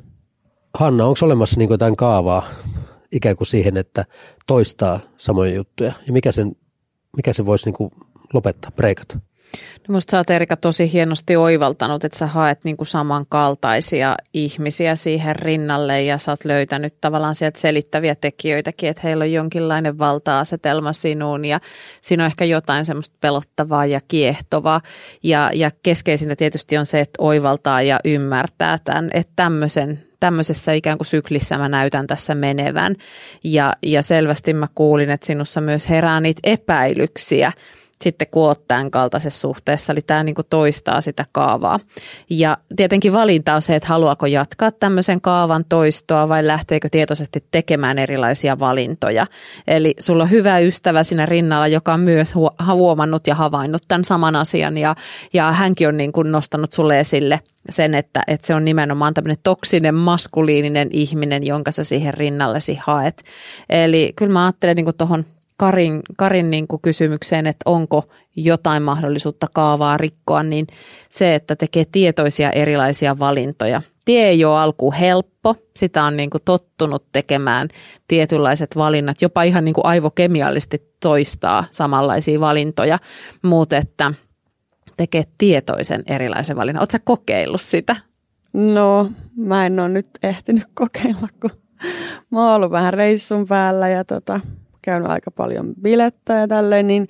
Hanna, onko olemassa niin jotain kaavaa ikään kuin siihen, että toistaa samoja juttuja? Ja mikä sen, mikä se voisi niin lopettaa, breikata? No musta sä oot, Erika, tosi hienosti oivaltanut, että sä haet niinku samankaltaisia ihmisiä siihen rinnalle ja sä oot löytänyt tavallaan sieltä selittäviä tekijöitäkin, että heillä on jonkinlainen valta-asetelma sinuun ja siinä on ehkä jotain semmoista pelottavaa ja kiehtovaa ja, ja keskeisintä tietysti on se, että oivaltaa ja ymmärtää tämän, että tämmöisen tämmöisessä ikään kuin syklissä mä näytän tässä menevän ja, ja selvästi mä kuulin, että sinussa myös herää niitä epäilyksiä sitten kun oot tämän kaltaisessa suhteessa, eli tämä niin kuin toistaa sitä kaavaa. Ja tietenkin valinta on se, että haluaako jatkaa tämmöisen kaavan toistoa vai lähteekö tietoisesti tekemään erilaisia valintoja. Eli sulla on hyvä ystävä siinä rinnalla, joka on myös huomannut ja havainnut tämän saman asian ja, ja hänkin on niin kuin nostanut sulle esille sen, että, että se on nimenomaan tämmöinen toksinen, maskuliininen ihminen, jonka sä siihen rinnallesi haet. Eli kyllä mä ajattelen niin kuin tuohon Karin, Karin niin kuin kysymykseen, että onko jotain mahdollisuutta kaavaa rikkoa, niin se, että tekee tietoisia erilaisia valintoja. Tie ei ole alkuun helppo, sitä on niin kuin tottunut tekemään tietynlaiset valinnat, jopa ihan niin kuin aivokemiallisesti toistaa samanlaisia valintoja, mutta että tekee tietoisen erilaisen valinnan. Oletko sä kokeillut sitä? No, mä en ole nyt ehtinyt kokeilla, kun mä oon ollut vähän reissun päällä ja tota... käynyt aika paljon bilettä ja tälleen, niin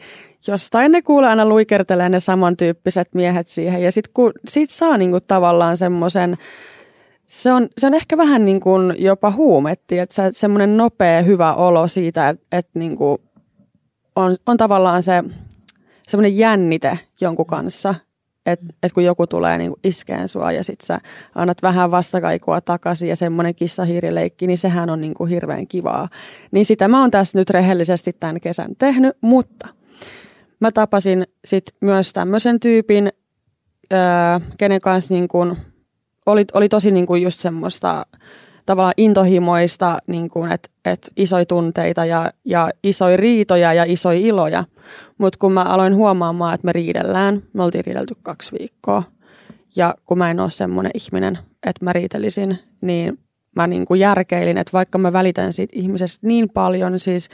jostain ne kuulee aina luikertelee ne samantyyppiset miehet siihen. Ja sitten kun siitä saa niinku tavallaan semmoisen, se on, se on ehkä vähän niin kuin jopa huumetti, että semmoinen nopea hyvä olo siitä, että, että niinku on, on tavallaan se semmoinen jännite jonkun kanssa. Että et kun joku tulee niinku iskeen sua ja sit sä annat vähän vastakaikua takaisin ja semmoinen kissahiirileikki, niin sehän on niinku hirveän kivaa. Niin sitä mä oon tässä nyt rehellisesti tämän kesän tehnyt, mutta mä tapasin sit myös tämmöisen tyypin, öö, kenen kanssa niinku, oli, oli tosi niinku just semmoista tavallaan intohimoista, niinku, että et isoja tunteita ja, ja isoja riitoja ja isoja iloja. Mutta kun mä aloin huomaamaan, että me riidellään, me oltiin riidelty kaksi viikkoa. Ja kun mä en ole semmoinen ihminen, että mä riitelisin, niin mä niinku järkeilin, että vaikka mä välitän siitä ihmisestä niin paljon, siis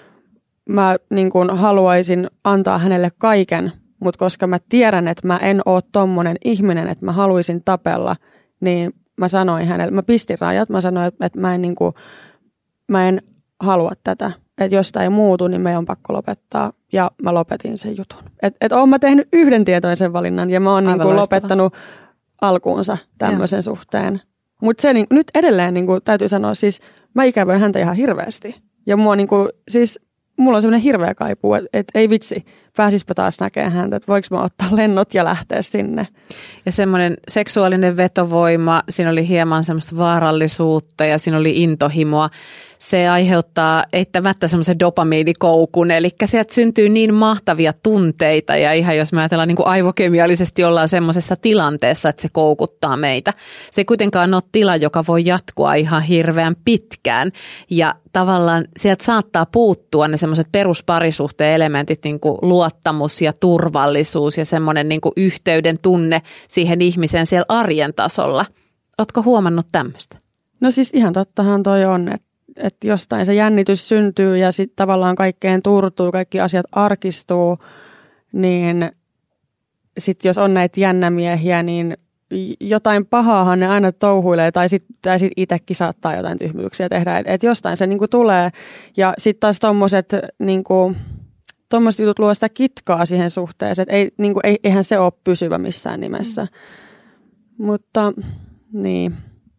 mä niinku haluaisin antaa hänelle kaiken, mutta koska mä tiedän, että mä en ole tommonen ihminen, että mä haluaisin tapella, niin mä sanoin hänelle, mä pistin rajat, mä sanoin, että mä en, niinku, mä en halua tätä. Että jos tämä ei muutu, niin meidän on pakko lopettaa. Ja mä lopetin sen jutun. Että et oon mä tehnyt yhden tietoisen valinnan ja mä oon niinku lopettanut alkuunsa tämmöisen ja. suhteen. Mutta se niin, nyt edelleen niinku, täytyy sanoa, siis mä ikävöin häntä ihan hirveästi. Ja mua niinku, siis mulla on semmoinen hirveä kaipuu, että et ei vitsi, pääsispä taas näkemään häntä, että voiko mä ottaa lennot ja lähteä sinne. Ja semmoinen seksuaalinen vetovoima, siinä oli hieman semmoista vaarallisuutta ja siinä oli intohimoa. Se aiheuttaa eittämättä semmoisen dopamiinikoukun, eli sieltä syntyy niin mahtavia tunteita ja ihan jos me ajatellaan niin kuin aivokemiallisesti ollaan semmoisessa tilanteessa, että se koukuttaa meitä. Se ei kuitenkaan ole tila, joka voi jatkua ihan hirveän pitkään ja tavallaan sieltä saattaa puuttua ne semmoiset perusparisuhteen elementit, niin kuin luottamus ja turvallisuus ja semmoinen niin kuin yhteyden tunne siihen ihmiseen siellä arjen tasolla. Ootko huomannut tämmöistä? No siis ihan tottahan toi on, että että jostain se jännitys syntyy ja sitten tavallaan kaikkeen turtuu, kaikki asiat arkistuu, niin sitten jos on näitä jännämiehiä, niin jotain pahaahan ne aina touhuilee tai sitten tai sit itsekin saattaa jotain tyhmyyksiä tehdä, että et jostain se niinku tulee ja sitten taas tommoset niinku, tommoset jutut luo sitä kitkaa siihen suhteeseen, että ei, niinku, eihän se ole pysyvä missään nimessä, mm. mutta niin.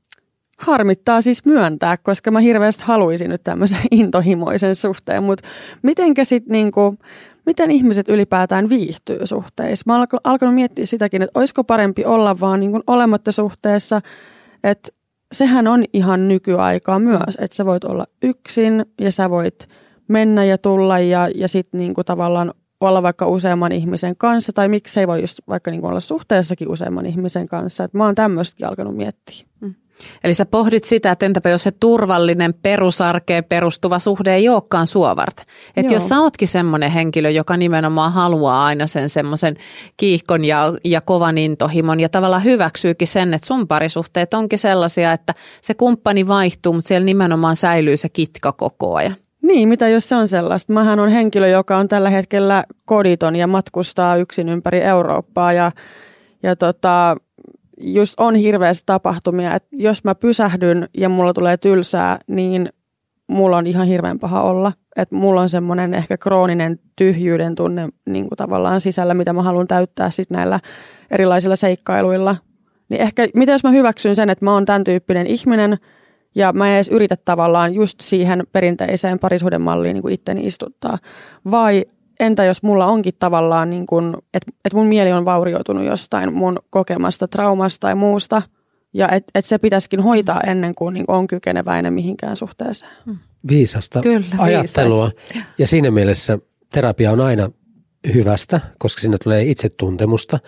Harmittaa siis myöntää, koska mä hirveästi haluaisin nyt tämmöisen intohimoisen suhteen, mutta mitenkä sit niinku, miten ihmiset ylipäätään viihtyy suhteissa? Mä oon alkanut miettiä sitäkin, että olisiko parempi olla vaan niinku olematta suhteessa, että sehän on ihan nykyaikaa myös, että sä voit olla yksin ja sä voit mennä ja tulla ja, ja sitten niinku tavallaan olla vaikka useamman ihmisen kanssa tai miksei voi just vaikka niinku olla suhteessakin useamman ihmisen kanssa, että mä oon tämmöistäkin alkanut miettiä. Mm. Eli sä pohdit sitä, että entäpä jos se turvallinen perusarkeen perustuva suhde ei olekaan sua varten. Että jos sä ootkin semmoinen henkilö, joka nimenomaan haluaa aina sen semmoisen kiihkon ja, ja kovan intohimon ja tavallaan hyväksyykin sen, että sun parisuhteet onkin sellaisia, että se kumppani vaihtuu, mutta siellä nimenomaan säilyy se kitka koko ajan. Niin, mitä jos se on sellaista? Mähän on henkilö, joka on tällä hetkellä koditon ja matkustaa yksin ympäri Eurooppaa ja, ja tota... just on hirveästi tapahtumia, että jos mä pysähdyn ja mulla tulee tylsää, niin mulla on ihan hirveän paha olla. Että mulla on semmoinen ehkä krooninen tyhjyyden tunne niin kuin tavallaan sisällä, mitä mä haluan täyttää sit näillä erilaisilla seikkailuilla. Niin ehkä, mitä jos mä hyväksyn sen, että mä oon tämän tyyppinen ihminen ja mä en edes yritä tavallaan just siihen perinteiseen parisuhdemalliin niin kuin itteni istuttaa. Vai entä jos mulla onkin tavallaan, niin kuin, että, että mun mieli on vaurioitunut jostain mun kokemasta traumasta tai muusta, ja että, että se pitäisikin hoitaa ennen kuin, niin kuin on kykeneväinen mihinkään suhteeseen. Viisasta Kyllä, ajattelua. Viisait. Ja siinä mielessä terapia on aina hyvästä, koska siinä tulee itsetuntemusta.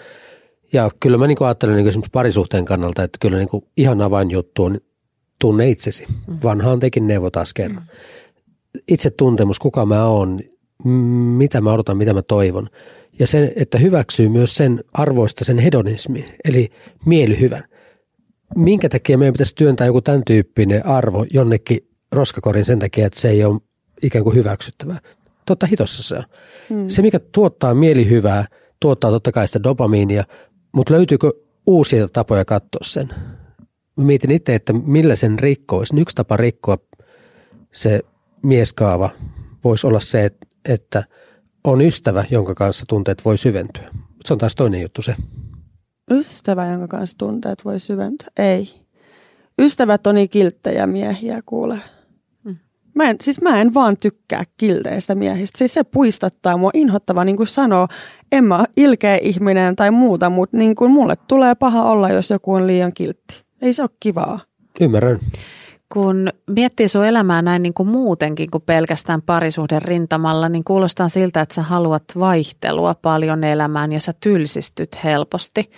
Ja kyllä mä niin kuin ajattelen niin kuin esimerkiksi parisuhteen kannalta, että kyllä niin kuin ihan avainjuttu on tunne itsesi. Vanhaan tekin neuvo taas kerran. Itsetuntemus, kuka mä oon, mitä mä odotan, mitä mä toivon. Ja sen, että hyväksyy myös sen arvoista sen hedonismin, eli mielihyvän. Minkä takia meidän pitäisi työntää joku tämän tyyppinen arvo jonnekin roskakorin sen takia, että se ei ole ikään kuin hyväksyttävää. Totta hitossa se on. Hmm. Se, mikä tuottaa mielihyvää, tuottaa totta kai sitä dopamiinia, mutta löytyykö uusia tapoja katsoa sen? Mä mietin itse, että millä sen rikkoisi. Yksi tapa rikkoa se mieskaava voisi olla se, että on ystävä, jonka kanssa tunteet voi syventyä. Se on taas toinen juttu se. Ystävä, jonka kanssa tunteet voi syventyä? Ei. Ystävät on niin kilttejä miehiä, kuule. Mm. Mä en, siis mä en vaan tykkää kilteistä miehistä. Siis se puistattaa mua inhottavaa, niin kuin sanoo. En mä ilkeä ihminen tai muuta, mutta niin kuin mulle tulee paha olla, jos joku on liian kiltti. Ei se ole kivaa. Ymmärrän. Kun miettii sun elämää näin niin kuin muutenkin kuin pelkästään parisuhden rintamalla, niin kuulostaa siltä, että sä haluat vaihtelua paljon elämään ja sä tylsistyt helposti.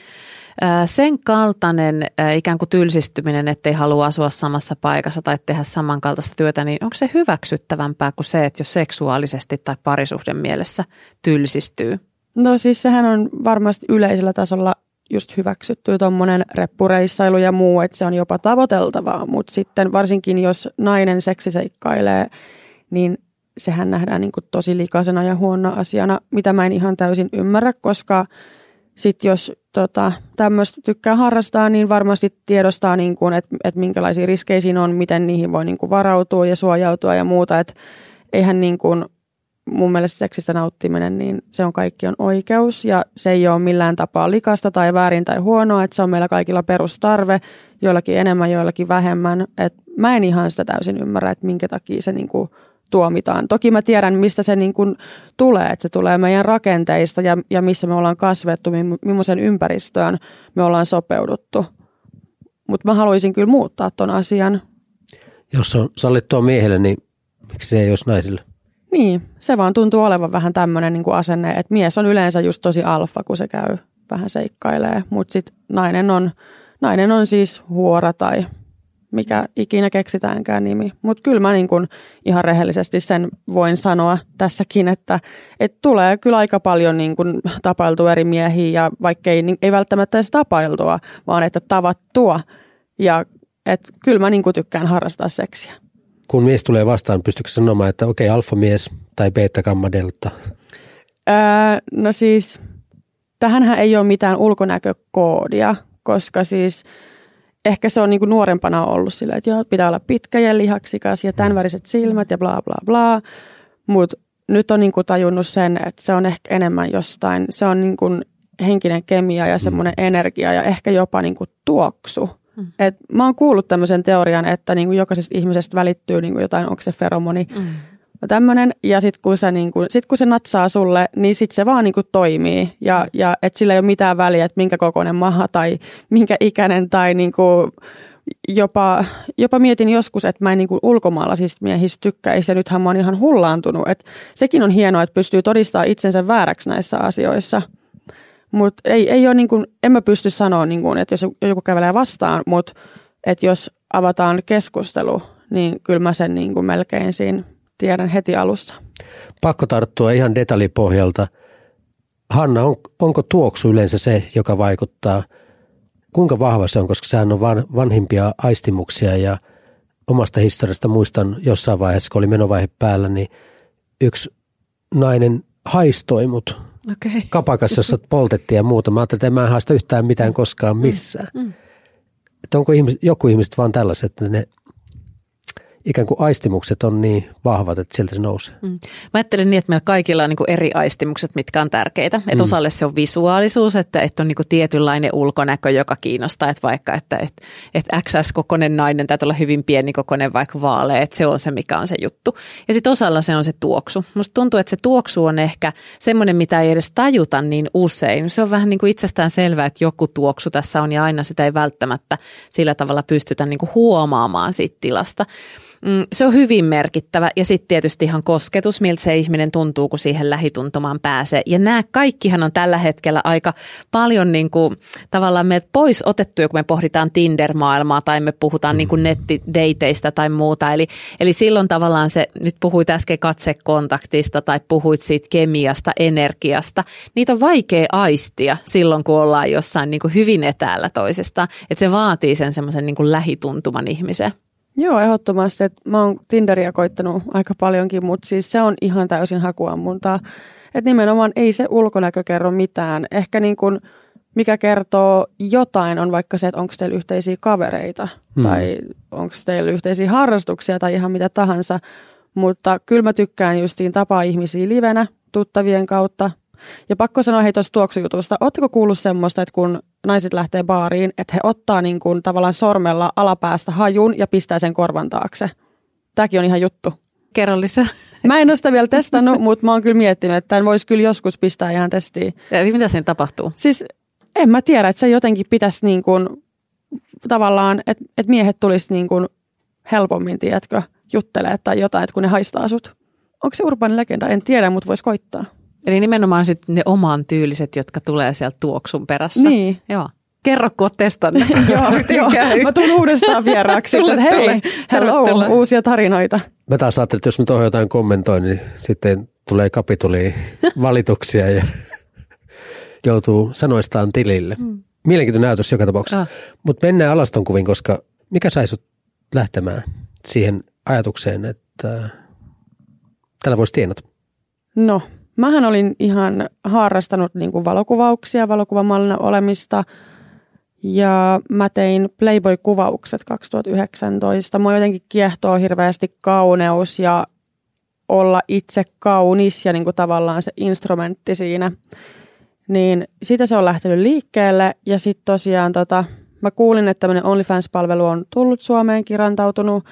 Sen kaltainen ikään kuin tylsistyminen, ettei halua asua samassa paikassa tai tehdä samankaltaista työtä, niin onko se hyväksyttävämpää kuin se, että jos seksuaalisesti tai parisuhden mielessä tylsistyy? No siis sehän on varmasti yleisellä tasolla just hyväksytty tuommoinen reppureissailu ja muu, että se on jopa tavoiteltavaa, mutta sitten varsinkin jos nainen seksiseikkailee, niin sehän nähdään niin kuin tosi likaisena ja huonona asiana, mitä mä en ihan täysin ymmärrä, koska sitten jos tota, tämmöistä tykkää harrastaa, niin varmasti tiedostaa, niin kuin, että, että minkälaisia riskejä siinä on, miten niihin voi niin kuin varautua ja suojautua ja muuta, että eihän niin kuin mun mielestä seksistä nauttiminen, niin se on kaikkion oikeus ja se ei ole millään tapaa likasta tai väärin tai huonoa, että se on meillä kaikilla perustarve, joillakin enemmän, joillakin vähemmän. Et mä en ihan sitä täysin ymmärrä, että minkä takia se niinku tuomitaan. Toki mä tiedän, mistä se niinku tulee, että se tulee meidän rakenteista ja, ja missä me ollaan kasvettu, millaisen ympäristöön me ollaan sopeuduttu. Mutta mä haluaisin kyllä muuttaa ton asian. Jos on sallittua miehelle, niin miksi se ei olisi naisille? Niin, se vaan tuntuu olevan vähän tämmöinen niin kuin asenne, että mies on yleensä just tosi alfa, kun se käy vähän seikkailee, mutta sitten nainen on, nainen on siis huora tai mikä ikinä keksitäänkään nimi. Mutta kyllä mä niin kuin ihan rehellisesti sen voin sanoa tässäkin, että, että tulee kyllä aika paljon niin kuin tapailtua eri miehiä ja vaikkei niin, ei välttämättä edes tapailtua, vaan että tavattua ja että kyllä mä niin kuin tykkään harrastaa seksiä. Kun mies tulee vastaan, pystyykö sanomaan, että okei, okay, alfamies tai beta-gamma-delta? Öö, no siis, tähänhän ei ole mitään ulkonäkökoodia, koska siis ehkä se on niin kuin nuorempana ollut sillä, että joo, pitää olla pitkä ja lihaksikas ja tämän väriset silmät ja bla bla bla. Mutta nyt on niin kuin tajunnut sen, että se on ehkä enemmän jostain, se on niin kuin henkinen kemia ja semmoinen mm. energia ja ehkä jopa niin kuin tuoksu. Mm. Et mä oon kuullut tämmöisen teorian, että niinku jokaisesta ihmisestä välittyy niinku jotain, onko se feromoni mm. tämmöinen. Ja sitten kun, niinku, sit kun se natsaa sulle, niin sitten se vaan niinku toimii. Ja, ja että sillä ei ole mitään väliä, että minkä kokoinen maha tai minkä ikäinen. Tai niinku, jopa, jopa mietin joskus, että mä en niinku ulkomaalaisista miehistä tykkäisi. Ja nythän mä oon ihan hullaantunut. Et sekin on hienoa, että pystyy todistamaan itsensä vääräksi näissä asioissa. Mutta ei, ei ole niin kuin, en mä pysty sanoa, niin kuin, että jos joku kävelee vastaan, mutta että jos avataan keskustelu, niin kyllä mä sen niin kuin melkein siinä tiedän heti alussa. Pakko tarttua ihan detaljipohjalta. Hanna, on, onko tuoksu yleensä se, joka vaikuttaa? Kuinka vahva se on, koska sehän on van, vanhimpia aistimuksia ja omasta historiasta muistan jossain vaiheessa, kun oli menovaihe päällä, niin yksi nainen haistoi mut. Okay. Kapakassa, jossa poltettiin ja muuta. Mä ajattelin, että en mä haista yhtään mitään koskaan missään. Mm. Mm. Että onko ihmis, joku ihmiset vaan tällaiset, että ne ikään kuin aistimukset on niin vahvat, että sieltä se nousee. Mm. Mä ajattelen niin, että meillä kaikilla on niin kuin eri aistimukset, mitkä on tärkeitä. Että mm. osalle se on visuaalisuus, että, että on niin kuin tietynlainen ulkonäkö, joka kiinnostaa. Että vaikka, että, että, että X S-kokoinen nainen täytyy olla hyvin pienikokoinen, vaikka vaalea. Että se on se, mikä on se juttu. Ja sitten osalla se on se tuoksu. Musta tuntuu, että se tuoksu on ehkä semmoinen, mitä ei edes tajuta niin usein. Se on vähän niin kuin itsestään selvää, että joku tuoksu tässä on ja aina sitä ei välttämättä sillä tavalla pystytä niin kuin huomaamaan siitä tilasta. Se on hyvin merkittävä ja sitten tietysti ihan kosketus, miltä se ihminen tuntuu, kun siihen lähituntumaan pääsee. Ja nämä kaikkihan on tällä hetkellä aika paljon niin kuin, tavallaan meiltä pois otettuja, kun me pohditaan Tinder-maailmaa tai me puhutaan niin kuin nettideiteistä tai muuta. Eli, eli silloin tavallaan se, nyt puhuit äsken katsekontaktista tai puhuit siitä kemiasta, energiasta. Niitä on vaikea aistia silloin, kun ollaan jossain niin kuin hyvin etäällä toisestaan. Että se vaatii sen semmoisen niin kuin lähituntuman ihmisen. Joo, ehdottomasti. Että mä oon Tinderiä koittanut aika paljonkin, mutta siis se on ihan täysin hakuammuntaa. Että nimenomaan ei se ulkonäkö kerro mitään. Ehkä niin kuin mikä kertoo jotain on vaikka se, että onko teillä yhteisiä kavereita hmm. tai onko teillä yhteisiä harrastuksia tai ihan mitä tahansa. Mutta kyllä mä tykkään justiin tapaa ihmisiä livenä tuttavien kautta. Ja pakko sanoa hei tuosta tuoksujutusta. Ootteko kuullut semmoista, että kun naiset lähtee baariin, että he ottaa niin kuin tavallaan sormella alapäästä hajun ja pistää sen korvan taakse? Tämäkin on ihan juttu. Kerro lisää. Mä en ole sitä vielä testannut, mutta mä oon kyllä miettinyt, että tämän voisi kyllä joskus pistää ihan testiin. Eli mitä siinä tapahtuu? Siis en mä tiedä, että se jotenkin pitäisi niin kuin, tavallaan, että, että miehet tulisi niin kuin helpommin, tiedätkö, juttelee tai jotain, että kun ne haistaa sut. Onko se urbaani legenda? En tiedä, mutta voisi koittaa. Eli nimenomaan sitten ne oman tyyliset, jotka tulee sieltä tuoksun perässä. Niin. Joo. Kerro, kun oot testannut. joo, joo. Mä tulen uudestaan vieraaksi. Tule, että hei, tule. hello, Tervetuloa. uusia tarinoita. Mä taas ajattelin, että jos mä tuohon jotain kommentoin, niin sitten tulee kapituliin valituksia ja joutuu sanoistaan tilille. Mm. Mielenkiintoinen ajatus joka tapauksessa. Ah. Mutta mennään alastonkuviin, koska mikä sai sut lähtemään siihen ajatukseen, että tällä voisi tienata? No, mähän olin ihan harrastanut niin kuin valokuvauksia, valokuvamallina olemista ja mä tein Playboy-kuvaukset kaksituhattayhdeksäntoista. Mua jotenkin kiehtoo hirveästi kauneus ja olla itse kaunis ja niin kuin tavallaan se instrumentti siinä. Niin siitä se on lähtenyt liikkeelle ja sitten tosiaan tota, mä kuulin, että tämmöinen OnlyFans-palvelu on tullut Suomeen, kirjantautunut.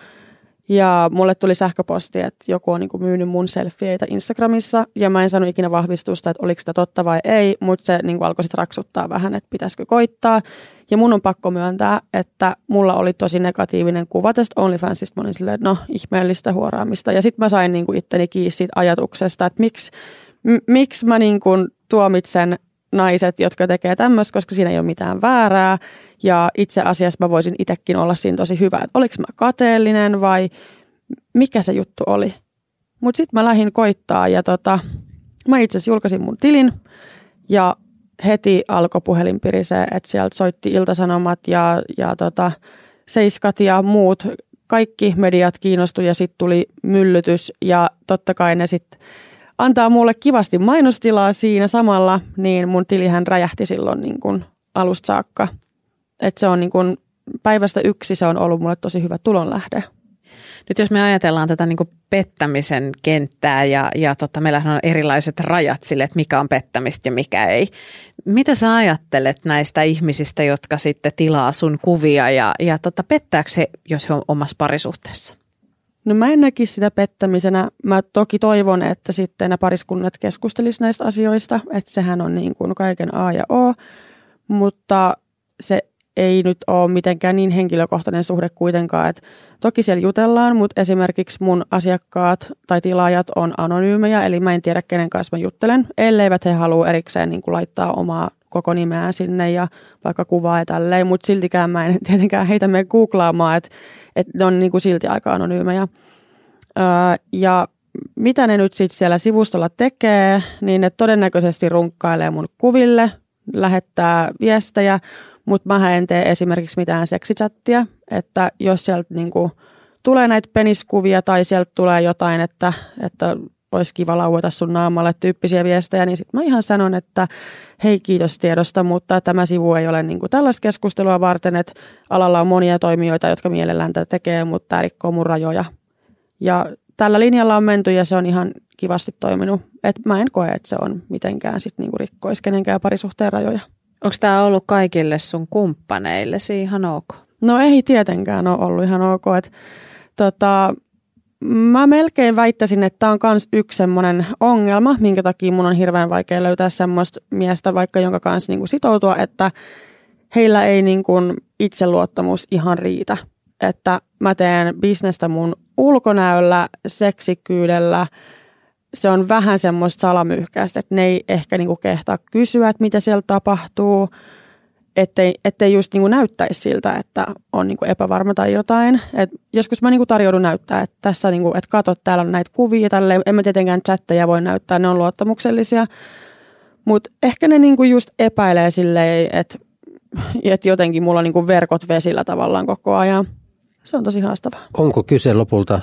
Ja mulle tuli sähköposti, että joku on niin kuin myynyt mun selfieitä Instagramissa ja mä en saanut ikinä vahvistusta, että oliko sitä totta vai ei, mutta se niin kuin alkoi sitten raksuttaa vähän, että pitäisikö koittaa. Ja mun on pakko myöntää, että mulla oli tosi negatiivinen kuva tästä OnlyFansista. Mä olin silleen, että no ihmeellistä huoraamista. Ja sitten mä sain niin kuin itteni kiinni siitä ajatuksesta, että miksi, m- miksi mä niin kuin tuomitsen naiset, jotka tekee tämmöistä, koska siinä ei ole mitään väärää. Ja itse asiassa mä voisin itsekin olla siinä tosi hyvä, että oliko mä kateellinen vai mikä se juttu oli. Mutta sitten mä lähdin koittaa ja tota, mä itse asiassa julkaisin mun tilin ja heti alkoi puhelin pirisee, että sieltä soitti Ilta-Sanomat ja, ja tota, Seiskat ja muut. Kaikki mediat kiinnostui ja sitten tuli myllytys ja totta kai ne sitten antaa mulle kivasti mainostilaa siinä samalla, niin mun tilihän räjähti silloin niin kuin alusta saakka. Että se on niin kuin päivästä yksi, se on ollut mulle tosi hyvä tulonlähde. Nyt jos me ajatellaan tätä niin kuin pettämisen kenttää ja, ja tota, meillähän on erilaiset rajat sille, että mikä on pettämistä ja mikä ei. Mitä sä ajattelet näistä ihmisistä, jotka sitten tilaa sun kuvia ja, ja tota, pettääkö he, jos he on omassa parisuhteessa? No mä en näkisi sitä pettämisenä. Mä toki toivon, että sitten nämä pariskunnat keskustelisivat näistä asioista, että sehän on niin kuin kaiken A ja O, mutta se ei nyt ole mitenkään niin henkilökohtainen suhde kuitenkaan, että toki siellä jutellaan, mutta esimerkiksi mun asiakkaat tai tilaajat on anonyymejä, eli mä en tiedä kenen kanssa mä juttelen, elleivät he halua erikseen niin kuin laittaa omaa koko nimeään sinne ja vaikka kuvaa ja tälleen, mutta siltikään mä en tietenkään heitä mene googlaamaan, että, että ne on niin kuin silti aika anonyymejä. Öö, ja mitä ne nyt sitten siellä sivustolla tekee, niin ne todennäköisesti runkkailee mun kuville, lähettää viestejä, mutta mä en tee esimerkiksi mitään seksichattia, että jos sieltä niinku tulee näitä peniskuvia tai sieltä tulee jotain, että, että olisi kiva laueta sun naamalle tyyppisiä viestejä, niin sitten mä ihan sanon, että hei kiitos tiedosta, mutta tämä sivu ei ole niinku tällaista keskustelua varten, että alalla on monia toimijoita, jotka mielellään tätä tekee, mutta tämä rikkoo mun rajoja. Ja tällä linjalla on menty ja se on ihan kivasti toiminut, että mä en koe, että se on mitenkään sit niinku rikkoisi kenenkään parisuhteen rajoja. Onko tämä ollut kaikille sun kumppaneillesi ihan ok? No ei tietenkään ole ollut ihan ok. Et, tota, mä melkein väittäisin, että tämä on myös yksi semmoinen ongelma, minkä takia mun on hirveän vaikea löytää semmoista miestä, vaikka jonka kanssa niinku sitoutua, että heillä ei niinku itseluottamus ihan riitä. Että mä teen bisnestä mun ulkonäöllä, seksikkyydellä. Se on vähän semmoista salamyhkäistä, että ne ei ehkä niinku kehtaa kysyä, että mitä siellä tapahtuu, ettei, ettei just niinku näyttäisi siltä, että on niinku epävarma tai jotain. Et joskus mä niinku tarjoudun näyttää, että tässä niinku, että kato, täällä on näitä kuvia, tälleen. En mä tietenkään chatteja voi näyttää, ne on luottamuksellisia. Mutta ehkä ne niinku just epäilee silleen, että, että jotenkin mulla on niinku verkot vesillä tavallaan koko ajan. Se on tosi haastavaa. Onko kyse lopulta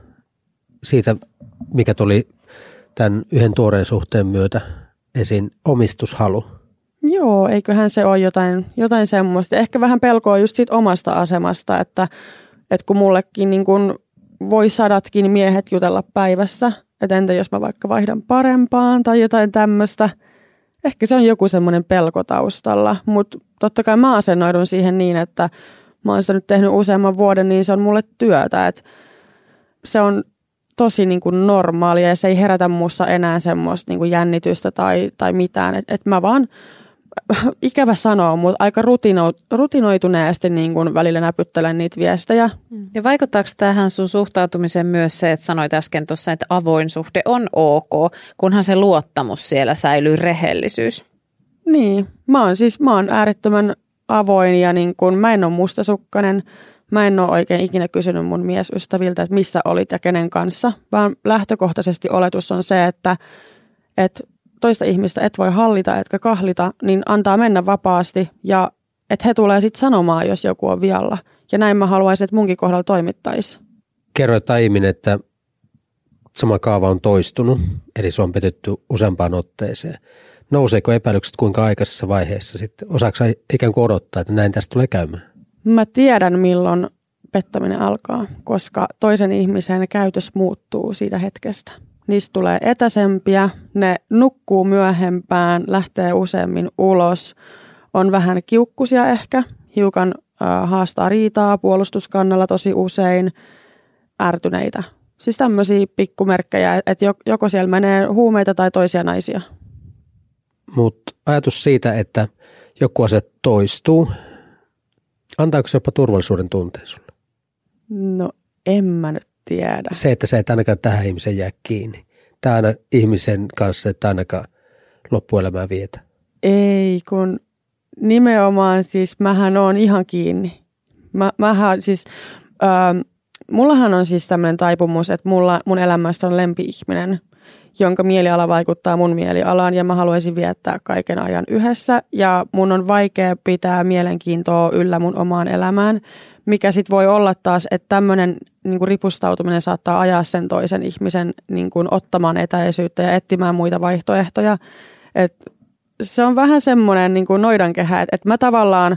siitä, mikä tuli tämän yhden tuoreen suhteen myötä esiin, omistushalu? Joo, eiköhän se ole jotain, jotain semmoista. Ehkä vähän pelkoa just siitä omasta asemasta, että, että kun mullekin niin kun voi sadatkin miehet jutella päivässä. Että entä jos mä vaikka vaihdan parempaan tai jotain tämmöistä. Ehkä se on joku semmoinen pelko taustalla, mutta totta kai mä asennoidun siihen niin, että mä oon sitä nyt tehnyt useamman vuoden, niin se on mulle työtä. Että se on tosi niin kuin normaalia ja se ei herätä mussa enää semmoista niin kuin jännitystä tai, tai mitään. Että et mä vaan, ikävä sanoa, mutta aika rutino, rutinoituneesti niin kuin välillä näpyttelen niitä viestejä. Ja vaikuttaako tähän sun suhtautumiseen myös se, että sanoit äsken tuossa, että avoin suhde on ok, kunhan se luottamus siellä säilyy, rehellisyys? Niin, mä oon siis mä oon äärettömän avoin ja niin kuin, mä en ole mustasukkainen. Mä en ole oikein ikinä kysynyt mun miesystäviltä, että missä olit ja kenen kanssa, vaan lähtökohtaisesti oletus on se, että, että toista ihmistä et voi hallita etkä kahlita, niin antaa mennä vapaasti ja että he tulee sitten sanomaan, jos joku on vialla. Ja näin mä haluaisin, että munkin kohdalla toimittaisi. Kerroit aiemmin, että sama kaava on toistunut, eli se on petetty useampaan otteeseen. Nouseeko epäilykset kuinka aikaisessa vaiheessa sitten? Osaatko ikään kuin odottaa, että näin tästä tulee käymään? Mä tiedän, milloin pettäminen alkaa, koska toisen ihmisen käytös muuttuu siitä hetkestä. Niistä tulee etäsempiä, ne nukkuu myöhempään, lähtee useammin ulos, on vähän kiukkusia ehkä, hiukan äh, haastaa riitaa puolustuskannalla tosi usein, ärtyneitä. Siis tämmöisiä pikkumerkkejä, että joko siellä menee huumeita tai toisia naisia. Mutta ajatus siitä, että joku asia toistuu, antaako se jopa turvallisuuden tunteen sulle? No en mä nyt tiedä. Se, että sä et ainakaan tähän ihmisen jää kiinni. Tämä aina ihmisen kanssa, että ainakaan loppuelämää vietä. Ei, kun nimenomaan siis mähän oon ihan kiinni. Mä, mähän siis, ähm, mullahan on siis tämmöinen taipumus, että mulla, mun elämässä on lempi-ihminen, jonka mieliala vaikuttaa mun mielialaan ja mä haluaisin viettää kaiken ajan yhdessä. Ja mun on vaikea pitää mielenkiintoa yllä mun omaan elämään, mikä sitten voi olla taas, että tämmöinen niin kuin ripustautuminen saattaa ajaa sen toisen ihmisen niin kuin ottamaan etäisyyttä ja etsimään muita vaihtoehtoja. Et se on vähän semmoinen niin kuin noidankehä, että mä tavallaan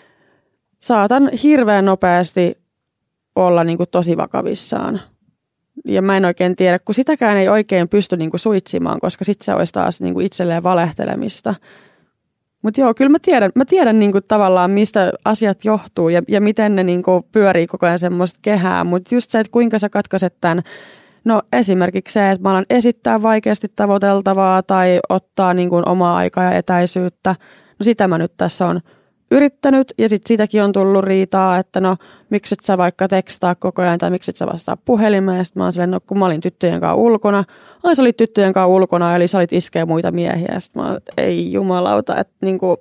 saatan hirveän nopeasti olla niin kuin tosi vakavissaan. Ja mä en oikein tiedä, kun sitäkään ei oikein pysty niin kuin suitsimaan, koska sitten se olisi taas niin kuin itselleen valehtelemista. Mutta joo, kyllä mä tiedän, mä tiedän niin kuin tavallaan, mistä asiat johtuu ja, ja miten ne niin kuin pyörii koko ajan semmoista kehää. Mutta just se, että kuinka sä katkaiset tämän, no esimerkiksi se, että mä alan esittää vaikeasti tavoiteltavaa tai ottaa niin kuin omaa aikaa ja etäisyyttä. No sitä mä nyt tässä on yrittänyt ja sitten sitäkin on tullut riitaa, että no miksi et sä vaikka tekstaa koko ajan tai miksi et sä vastaa puhelimeen. Ja sitten mä oon silleen, no kun mä olin tyttöjen kanssa ulkona, ai sä olit tyttöjen kanssa ulkona, eli sä olit iskeä muita miehiä. Ja sitten mä oon, ei jumalauta, että niinku,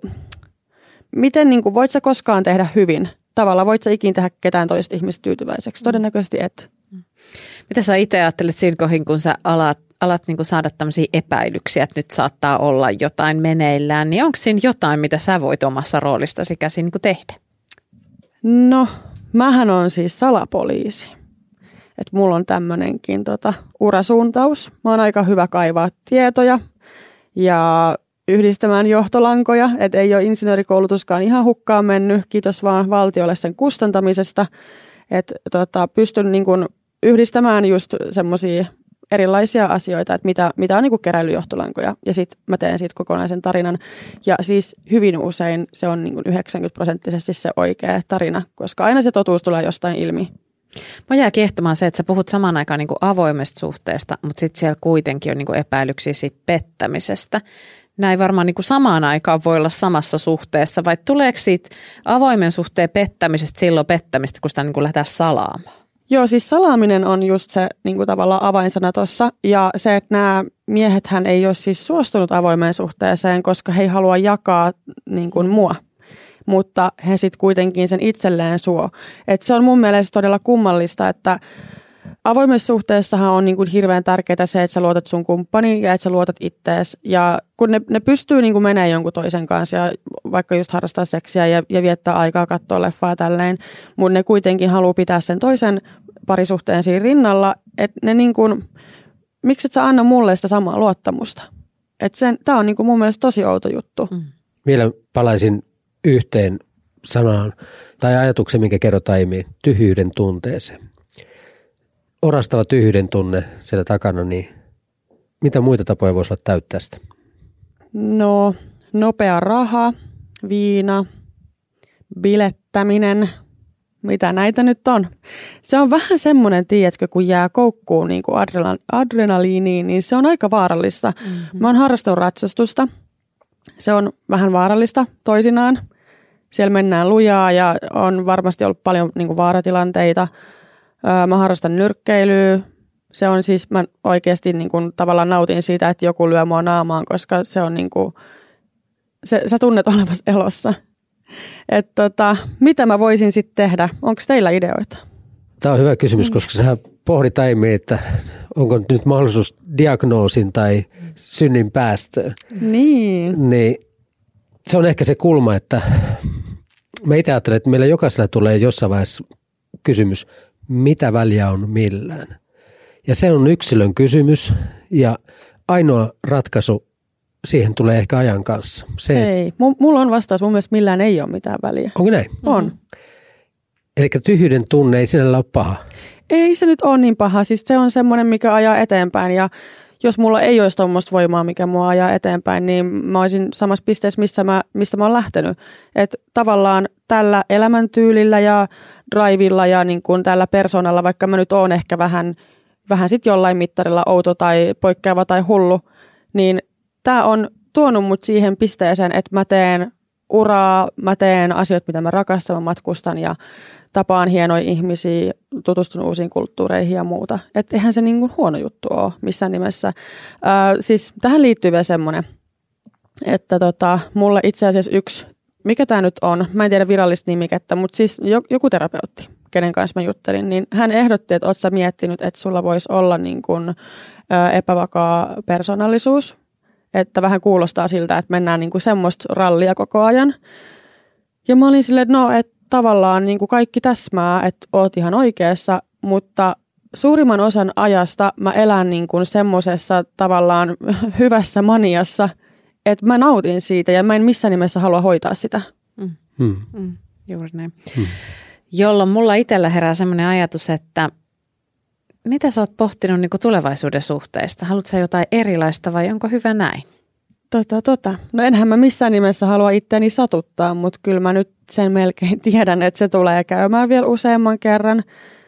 miten niinku, voit sä koskaan tehdä hyvin? Tavallaan voit sä ikin tehdä ketään toista ihmistä tyytyväiseksi? Todennäköisesti et. Mitä sä itse ajattelet siinä kohin, kun sä alat, alat niinku saada tämmöisiä epäilyksiä, että nyt saattaa olla jotain meneillään, niin onko siinä jotain, mitä sä voit omassa roolistasi käsin niinku tehdä? No, mähän on siis salapoliisi. Että mulla on tämmöinenkin tota, urasuuntaus. Mä oon aika hyvä kaivaa tietoja ja yhdistämään johtolankoja. Että ei ole insinöörikoulutuskaan ihan hukkaan mennyt. Kiitos vaan valtiolle sen kustantamisesta. Että tota, pystyn niin kun yhdistämään just semmoisia erilaisia asioita, että mitä, mitä on niin kuin keräilyjohtolankoja. Ja sitten mä teen siitä kokonaisen tarinan. Ja siis hyvin usein se on niin kuin yhdeksänkymmentä prosenttisesti se oikea tarina, koska aina se totuus tulee jostain ilmi. Mä jää kiehtomaan se, että sä puhut samaan aikaan niin kuin avoimesta suhteesta, mutta sitten siellä kuitenkin on niin kuin epäilyksiä siitä pettämisestä. Näin varmaan niin kuin samaan aikaan voi olla samassa suhteessa, vai tuleeko siitä avoimen suhteen pettämisestä silloin pettämistä, kun sitä niin kuin lähdetään salaamaan? Joo, siis salaaminen on just se niin kuin tavallaan avainsana tuossa. Ja se, että nämä miehethän ei ole siis suostunut avoimeen suhteeseen, koska he ei halua jakaa niin kuin mua. Mutta he sitten kuitenkin sen itselleen suo. Et se on mun mielestä todella kummallista, että avoimessa suhteessahan on niin kuin hirveän tärkeää se, että sä luotat sun kumppaniin ja että sä luotat ittees. Ja kun ne, ne pystyy niin kuin menemään jonkun toisen kanssa ja vaikka just harrastaa seksiä ja, ja viettää aikaa, katsoa leffaa tälleen, mutta ne kuitenkin haluaa pitää sen toisen parisuhteen siinä rinnalla, että ne niin kuin, miksi et sä anna mulle sitä samaa luottamusta? Että tää on niin kuin mun mielestä tosi outo juttu. Mm. Vielä palaisin yhteen sanaan tai ajatukseen, minkä kerrotaan aiemmin, tyhjyyden tunteeseen. orastava tyhjyyden tunne siellä takana, niin mitä muita tapoja voisi olla täyttää sitä? No, nopea raha, viina, bilettäminen, mitä näitä nyt on. Se on vähän semmoinen, tiedätkö, kun jää koukkuun niin kuin adrenal- adrenaliiniin, niin se on aika vaarallista. Mm-hmm. Mä oon harrastanut ratsastusta. Se on vähän vaarallista toisinaan. Siellä mennään lujaa ja on varmasti ollut paljon niin kuin vaaratilanteita. Mä harrastan nyrkkeilyä. Se on siis, mä oikeasti niin kuin, tavallaan nautin siitä, että joku lyö mua naamaan, koska se on niin kuin, se, sä tunnet olevasi elossa. Että tota, mitä mä voisin sitten tehdä? Onko teillä ideoita? Tämä on hyvä kysymys, koska sä pohdit aiemmin, että onko nyt mahdollisuus diagnoosin tai synnin päästöön. Niin. Niin se on ehkä se kulma, että mä itse ajattelen, että meillä jokaisella tulee jossain vaiheessa kysymys, mitä väliä on millään. Ja se on yksilön kysymys ja ainoa ratkaisu siihen tulee ehkä ajan kanssa. Se, ei, M- mulla on vastaus. Mun mielestä millään ei ole mitään väliä. Onko näin? On. Mm-hmm. Eli tyhjyyden tunne ei sinällä ole paha? Ei se nyt ole niin paha. Siis se on semmoinen, mikä ajaa eteenpäin ja jos mulla ei olisi tuommoista voimaa, mikä mua ajaa eteenpäin, niin mä olisin samassa pisteessä, missä mä, mistä mä oon lähtenyt. Että tavallaan tällä elämäntyylillä ja drivilla ja niin kuin tällä persoonalla, vaikka mä nyt oon ehkä vähän, vähän sit jollain mittarilla outo tai poikkeava tai hullu, niin tää on tuonut mut siihen pisteeseen, että mä teen uraa, mä teen asioita, mitä mä rakastan, mä matkustan ja tapaan hienoja ihmisiä, tutustun uusiin kulttuureihin ja muuta. Että eihän se niin kuin huono juttu ole missään nimessä. Ää, siis tähän liittyy vielä semmoinen, että tota, mulle itse asiassa yksi, mikä tämä nyt on, mä en tiedä virallista nimikettä, mutta siis joku terapeutti, kenen kanssa mä juttelin, niin hän ehdotti, että oot sä miettinyt, että sulla voisi olla niin kuin, ää, epävakaa persoonallisuus, että vähän kuulostaa siltä, että mennään niin kuin semmoista rallia koko ajan. Ja mä olin silleen, että no, että tavallaan niin kuin kaikki täsmää, että oot ihan oikeassa, mutta suurimman osan ajasta mä elän niin kuin semmoisessa tavallaan hyvässä maniassa, että mä nautin siitä ja mä en missään nimessä halua hoitaa sitä. Mm. Hmm. Mm. Juuri näin. Hmm. Jolloin mulla itsellä herää semmoinen ajatus, että mitä sä oot pohtinut niin kuin tulevaisuuden suhteista? Haluatko sä jotain erilaista vai onko hyvä näin? Tota, tota. No enhän mä missään nimessä halua itseäni satuttaa, mutta kyllä mä nyt sen melkein tiedän, että se tulee käymään vielä useamman kerran.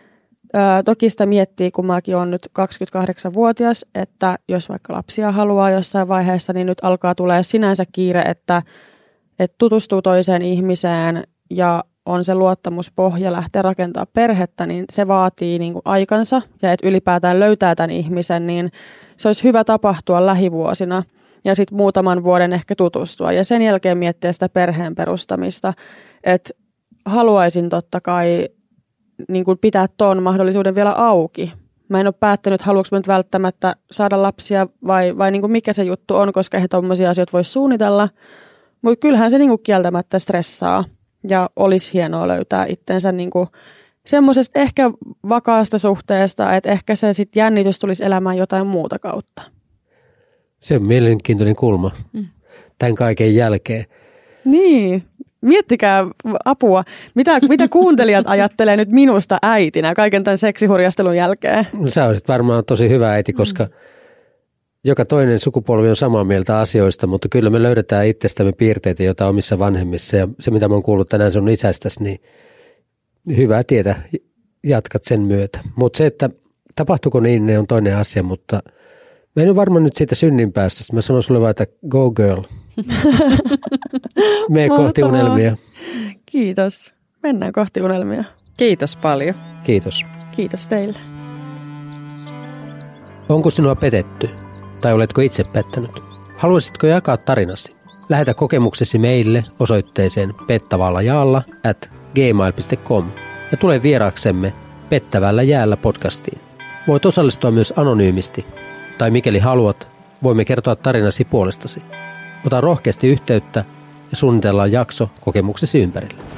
Öö, toki sitä miettii, kun mäkin olen nyt kaksikymmentäkahdeksanvuotias, että jos vaikka lapsia haluaa jossain vaiheessa, niin nyt alkaa tulee sinänsä kiire, että, että tutustuu toiseen ihmiseen ja on se luottamuspohja lähteä rakentamaan perhettä, niin se vaatii niin kuin aikansa ja että ylipäätään löytää tämän ihmisen, niin se olisi hyvä tapahtua lähivuosina. Ja sitten muutaman vuoden ehkä tutustua ja sen jälkeen miettiä sitä perheen perustamista. Että haluaisin totta kai niin kuin pitää tuon mahdollisuuden vielä auki. Mä en ole päättänyt, haluanko mä nyt välttämättä saada lapsia vai, vai niin kuin mikä se juttu on, koska eihän tommoisia asioita voi suunnitella. Mutta kyllähän se niin kuin kieltämättä stressaa ja olisi hienoa löytää itsensä niin kuin semmoisesta ehkä vakaasta suhteesta, että ehkä se sitten jännitys tulisi elämään jotain muuta kautta. Se on mielenkiintoinen kulma mm. tämän kaiken jälkeen. Niin, miettikää apua. Mitä, mitä kuuntelijat ajattelee nyt minusta äitinä kaiken tämän seksihurjastelun jälkeen? No, sä olisit varmaan tosi hyvä äiti, koska mm. joka toinen sukupolvi on samaa mieltä asioista, mutta kyllä me löydetään itsestämme piirteitä, joita omissa vanhemmissa. Ja se, mitä mä oon kuullut tänään sun isästäsi, niin hyvä tietä, jatkat sen myötä. Mutta se, että tapahtuuko niin, ne on toinen asia, mutta mä en ole varmaan nyt siitä synnin päästä. Mä sanon sulle vaan, että go girl. Mene kohti unelmia. Kiitos. Mennään kohti unelmia. Kiitos paljon. Kiitos. Kiitos teille. Onko sinua petetty? Tai oletko itse pettänyt? Haluaisitko jakaa tarinasi? Lähetä kokemuksesi meille osoitteeseen pettävälläjaalla at gmail piste com ja tule vieraaksemme Pettävällä jäällä podcastiin. Voit osallistua myös anonyymisti. Tai mikäli haluat, voimme kertoa tarinasi puolestasi. Ota rohkeasti yhteyttä ja suunnitellaan jakso kokemuksesi ympärille.